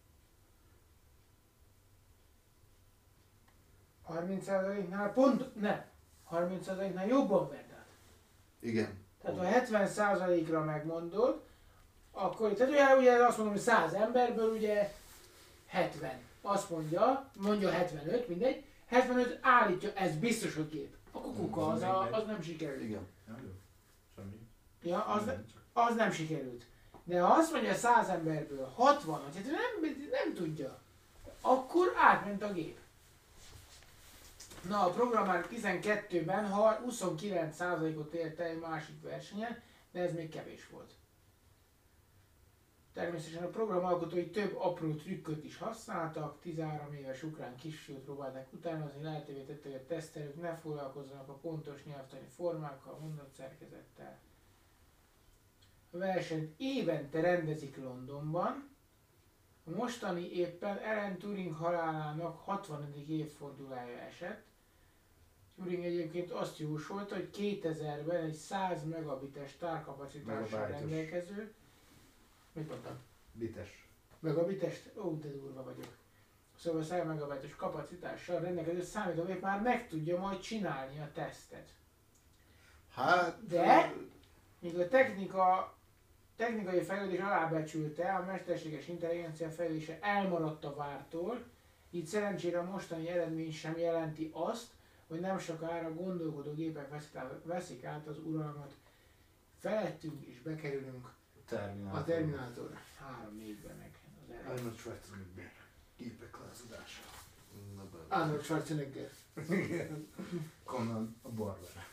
harminc százaléknál pont... Nem. harminc százaléknál jobban verd át. Igen. Tehát ha hetven százalékra megmondod, akkor, tehát ugye, ugye azt mondom, hogy száz emberből ugye hetven. Azt mondja, mondja hetvenöt, mindegy, hetvenöt állítja, ez biztos, hogy gép. Akkor kuka, az, a, az nem sikerült. Igen. Ja, jó. Semmi. Ja, az, Nem, csak- az nem sikerült. De ha azt mondja száz emberből hatvan, hogy hát nem, nem tudja, akkor átment a gép. Na, a program már tizenkettőben ha huszonkilenc százalékot ért el egy másik versenyen, de ez még kevés volt. Természetesen a program alkotói több apró trükköt is használtak, tizenhárom éves ukrán kisfiút próbálták utánozni, lehetővé tette, hogy a tesztelők ne foglalkozzanak a pontos nyelvtani formákkal, mondatszerkezettel. A versenyt évente rendezik Londonban, a mostani éppen Alan Turing halálának hatvanadik évfordulója esett. Turing egyébként azt jósolta, hogy kétezerben egy száz megabites tárkapacitással Megabájtos. rendelkező. Mit mondtam? Bites. Megabites? Ó, de durva vagyok. Szóval száz megabites kapacitással rendelkező számítógép már meg tudja majd csinálni a tesztet. Hát... De? Míg a technika, technikai fejlődés alábecsülte, a mesterséges intelligencia fejlődése elmaradt a vártól, így szerencsére a mostani eredmény sem jelenti azt, hogy nem sokára gondolkodó gépek veszik át, veszik át az uralmat felettünk és bekerülünk Terminátor. a Terminátor három négyben meg az elején. Arnold Schwarzenegger. Gépek lázadása. Na, be- Arnold Schwarzenegger. Conan a barber.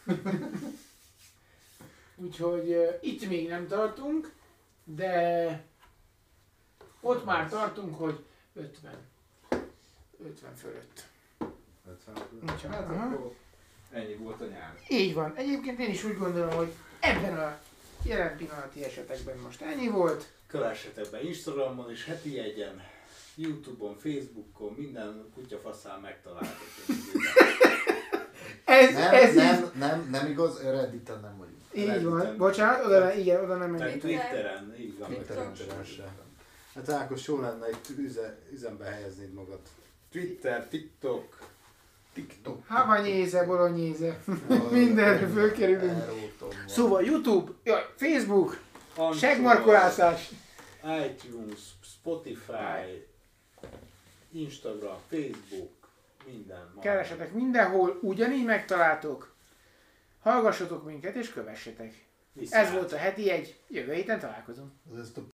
Úgyhogy uh, itt még nem tartunk, de ott már tartunk, hogy ötven. ötven fölött. Úgyhogy, Hát aha. akkor ennyi volt a nyár. Így van. Egyébként én is úgy gondolom, hogy ebben a jelen pillanati esetekben most ennyi volt. Kövessetek be Instagramon és heti egyen, Youtube-on, Facebookon, minden kutyafaszán megtaláltok. Ez, Nem, ez nem, így, nem, nem igaz, Redditen nem vagyunk. így van. Redditen. Bocsánat, oda, ne- igen, oda nem Tehát engedtem. Twitteren, így van. Twitteren Twitteren se. se. Hát Ákos, jó lenne egy üze, üzembe helyeznéd magad. Twitter, TikTok, TikTok. Havanyéze, bolonyéze. Mindenre fölkerülünk. Elrótom van. Szóval YouTube, jaj, Facebook, Anchor, segmarkolászás. iTunes, Spotify, Instagram, Facebook, minden. van. Keresetek mindenhol, ugyanígy megtaláltok. Hallgassatok minket és kövessetek. Viszlát. Ez volt a heti egy, jövő héten találkozunk. Ez ezt a